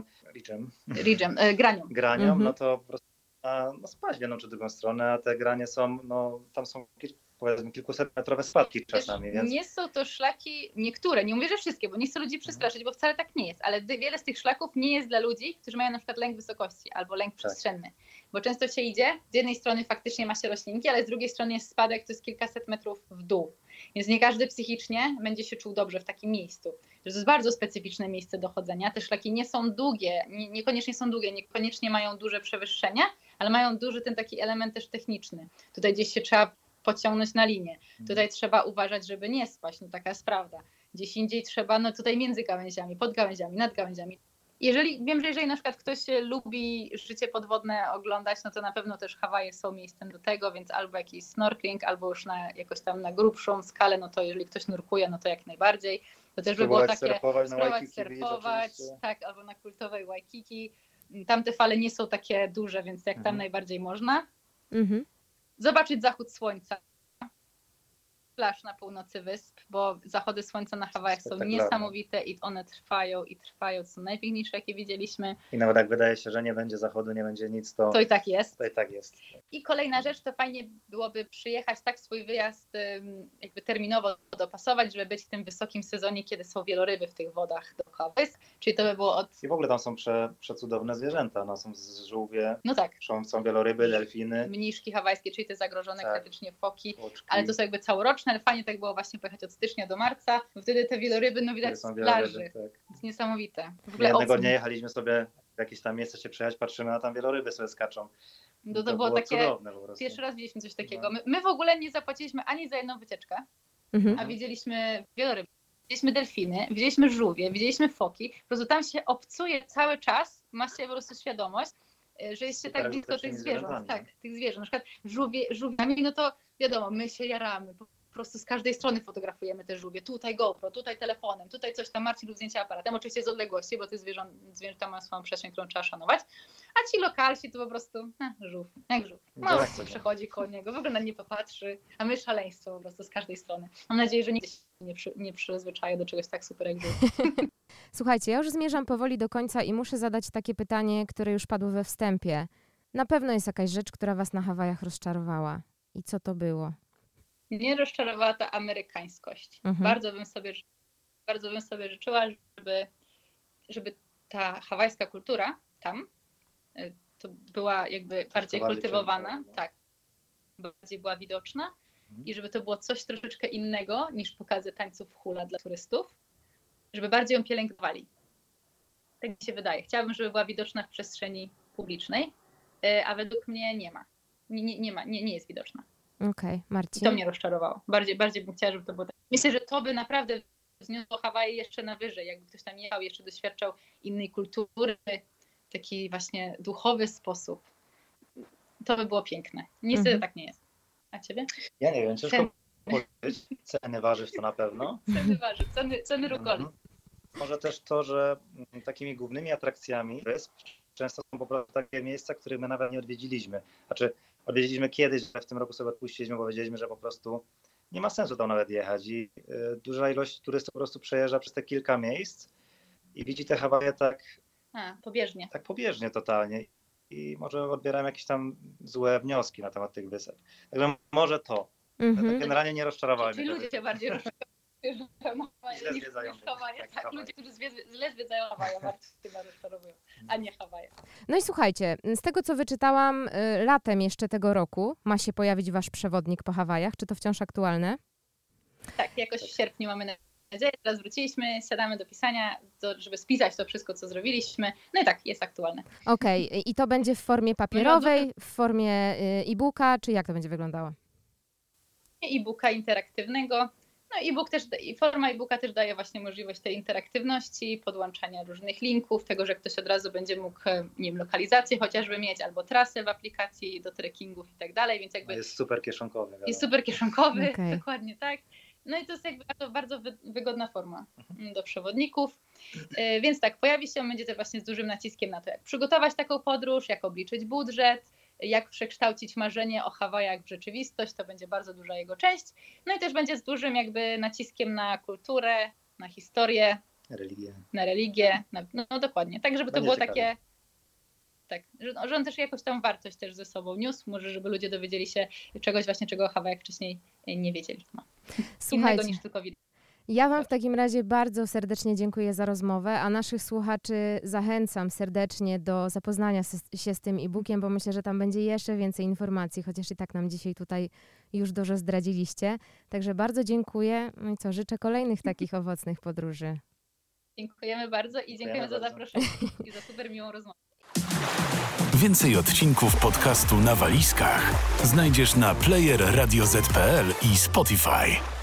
granią, no to po prostu spaść w jedną czy drugą stronę, a te granie są, no tam są powiedzmy kilkusetmetrowe spadki czasami. Więc... Nie są to szlaki, niektóre, nie mówię, że wszystkie, bo nie chcę ludzi przestraszyć, bo wcale tak nie jest, ale wiele z tych szlaków nie jest dla ludzi, którzy mają na przykład lęk wysokości albo lęk przestrzenny, bo często się idzie, z jednej strony faktycznie ma się roślinki, ale z drugiej strony jest spadek, to jest kilkaset metrów w dół, więc nie każdy psychicznie będzie się czuł dobrze w takim miejscu. To jest bardzo specyficzne miejsce do chodzenia, te szlaki nie są długie, niekoniecznie są długie, niekoniecznie mają duże przewyższenia, ale mają duży ten taki element też techniczny. Tutaj gdzieś się trzeba podciągnąć na linię. Tutaj trzeba uważać, żeby nie spaść, no taka jest prawda. Gdzieś indziej trzeba, no tutaj między gałęziami, pod gałęziami, nad gałęziami. Wiem, że jeżeli na przykład ktoś lubi życie podwodne oglądać, no to na pewno też Hawaje są miejscem do tego, więc albo jakiś snorkeling, albo już jakoś tam na grubszą skalę, no to jeżeli ktoś nurkuje, no to jak najbardziej. To też by było takie, spróbować surfować, tak, albo na kultowej Waikiki. Tam te fale nie są takie duże, więc jak tam najbardziej można. Zobaczyć zachód słońca, plaż na północy wysp, bo zachody słońca na Hawajach są niesamowite i one trwają, to są najpiękniejsze, jakie widzieliśmy. I nawet jak wydaje się, że nie będzie zachodu, nie będzie nic, to i tak jest. To i tak jest. I kolejna rzecz, to fajnie byłoby przyjechać tak swój wyjazd jakby terminowo dopasować, żeby być w tym wysokim sezonie, kiedy są wieloryby w tych wodach dookoła wysp, czyli to by było I w ogóle tam są przecudowne zwierzęta, no są żółwie, no tak. są wieloryby, delfiny. Mniszki hawajskie, czyli te zagrożone krytycznie foki, ale to są jakby całoroczne, ale fajnie tak było właśnie pojechać od stycznia do marca, bo wtedy te wieloryby no widać z plaży. To jest niesamowite. W ogóle jednego dnia jechaliśmy sobie w jakieś tam miejsce się przejechać, patrzymy, a tam wieloryby sobie skaczą. No to było takie cudowne po prostu. Pierwszy raz widzieliśmy coś takiego. My w ogóle nie zapłaciliśmy ani za jedną wycieczkę, a widzieliśmy wieloryby. Widzieliśmy delfiny, widzieliśmy żółwie, widzieliśmy foki. Po prostu tam się obcuje cały czas, ma się po prostu świadomość, że jest się tak blisko tych zwierząt. Tak, tych zwierząt. Na przykład żółwiami, no to wiadomo, my się jaramy. Po prostu z każdej strony fotografujemy te żółwie. Tutaj GoPro, tutaj telefonem, tutaj coś tam, Marcin lub zdjęcia aparatem. Oczywiście z odległości, bo te zwierzęta mają swoją przestrzeń, którą trzeba szanować. A ci lokalsi to po prostu żółw, jak żółw. Mało kto przechodzi koło niego, w ogóle na nie popatrzy, a my szaleństwo po prostu z każdej strony. Mam nadzieję, że nigdy się nie przyzwyczaję do czegoś tak super jak żółw. Słuchajcie, ja już zmierzam powoli do końca i muszę zadać takie pytanie, które już padło we wstępie. Na pewno jest jakaś rzecz, która was na Hawajach rozczarowała. I co to było? Mnie rozczarowała ta amerykańskość. Bardzo bym sobie życzyła, żeby ta hawajska kultura tam to była jakby bardziej kultywowana, tak, bardziej była widoczna i żeby to było coś troszeczkę innego niż pokazy tańców hula dla turystów, żeby bardziej ją pielęgnowali. Tak mi się wydaje. Chciałabym, żeby była widoczna w przestrzeni publicznej, a według mnie nie ma. Nie jest widoczna. Okej, Marcin. I to mnie rozczarowało. Bardziej bym chciała, żeby to było tak. Myślę, że to by naprawdę wzniosło Hawaje jeszcze na wyżej. Jakby ktoś tam jechał, jeszcze doświadczał innej kultury, w taki właśnie duchowy sposób. To by było piękne. Niestety tak nie jest. A ciebie? Ja nie wiem, ciężko powiedzieć. Ceny warzyw to na pewno. Ceny warzyw, ceny rukoli. Może też to, że takimi głównymi atrakcjami wysp często są po prostu takie miejsca, których my nawet nie odwiedziliśmy. Znaczy odwiedziliśmy kiedyś, że w tym roku sobie odpuściliśmy, bo wiedzieliśmy, że po prostu nie ma sensu tam nawet jechać i duża ilość turystów po prostu przejeżdża przez te kilka miejsc i widzi te Hawaje tak Pobieżnie. Tak pobieżnie totalnie i może odbierałem jakieś tam złe wnioski na temat tych wysep. Także może to. Tak generalnie nie rozczarowałem Czyli mnie. ludzie się bardziej rozczarują. Źle zwiedzają Tak, ludzie, którzy źle zwiedzają Hawaje, bardziej się rozczarowują, a nie Hawaje. No i słuchajcie, z tego co wyczytałam, latem jeszcze tego roku ma się pojawić wasz przewodnik po Hawajach. Czy to wciąż aktualne? Tak, jakoś w sierpniu mamy nadzieję. Teraz wróciliśmy, siadamy do pisania, żeby spisać to wszystko, co zrobiliśmy. No i tak, jest aktualne. Okej. I to będzie w formie papierowej, w formie e-booka, czy jak to będzie wyglądało? E-booka interaktywnego. No e-book też, forma e-booka też daje właśnie możliwość tej interaktywności, podłączania różnych linków, tego, że ktoś od razu będzie mógł, nie wiem, lokalizację chociażby mieć, albo trasę w aplikacji do trekkingów i tak dalej, więc jakby... Jest super kieszonkowy. Wiadomo. Jest super kieszonkowy, dokładnie tak. No i to jest jakby bardzo wygodna forma do przewodników. Więc tak, pojawi się, będzie też właśnie z dużym naciskiem na to, jak przygotować taką podróż, jak obliczyć budżet, jak przekształcić marzenie o Hawajach w rzeczywistość, to będzie bardzo duża jego część. No i też będzie z dużym jakby naciskiem na kulturę, na historię, na religię, no dokładnie. Tak, żeby to było ciekawe. Takie... Tak, że on też jakoś tam wartość też ze sobą niósł, może żeby ludzie dowiedzieli się czegoś właśnie, czego o Hawajach wcześniej nie wiedzieli. Innego niż tylko widać. Ja wam w takim razie bardzo serdecznie dziękuję za rozmowę, a naszych słuchaczy zachęcam serdecznie do zapoznania się z tym e-bookiem, bo myślę, że tam będzie jeszcze więcej informacji, chociaż i tak nam dzisiaj tutaj już dużo zdradziliście. Także bardzo dziękuję. No i co, życzę kolejnych takich owocnych podróży. Dziękujemy bardzo i dziękujemy za zaproszenie i za super miłą rozmowę. Więcej odcinków podcastu Na Walizkach znajdziesz na player Radio ZPL i Spotify.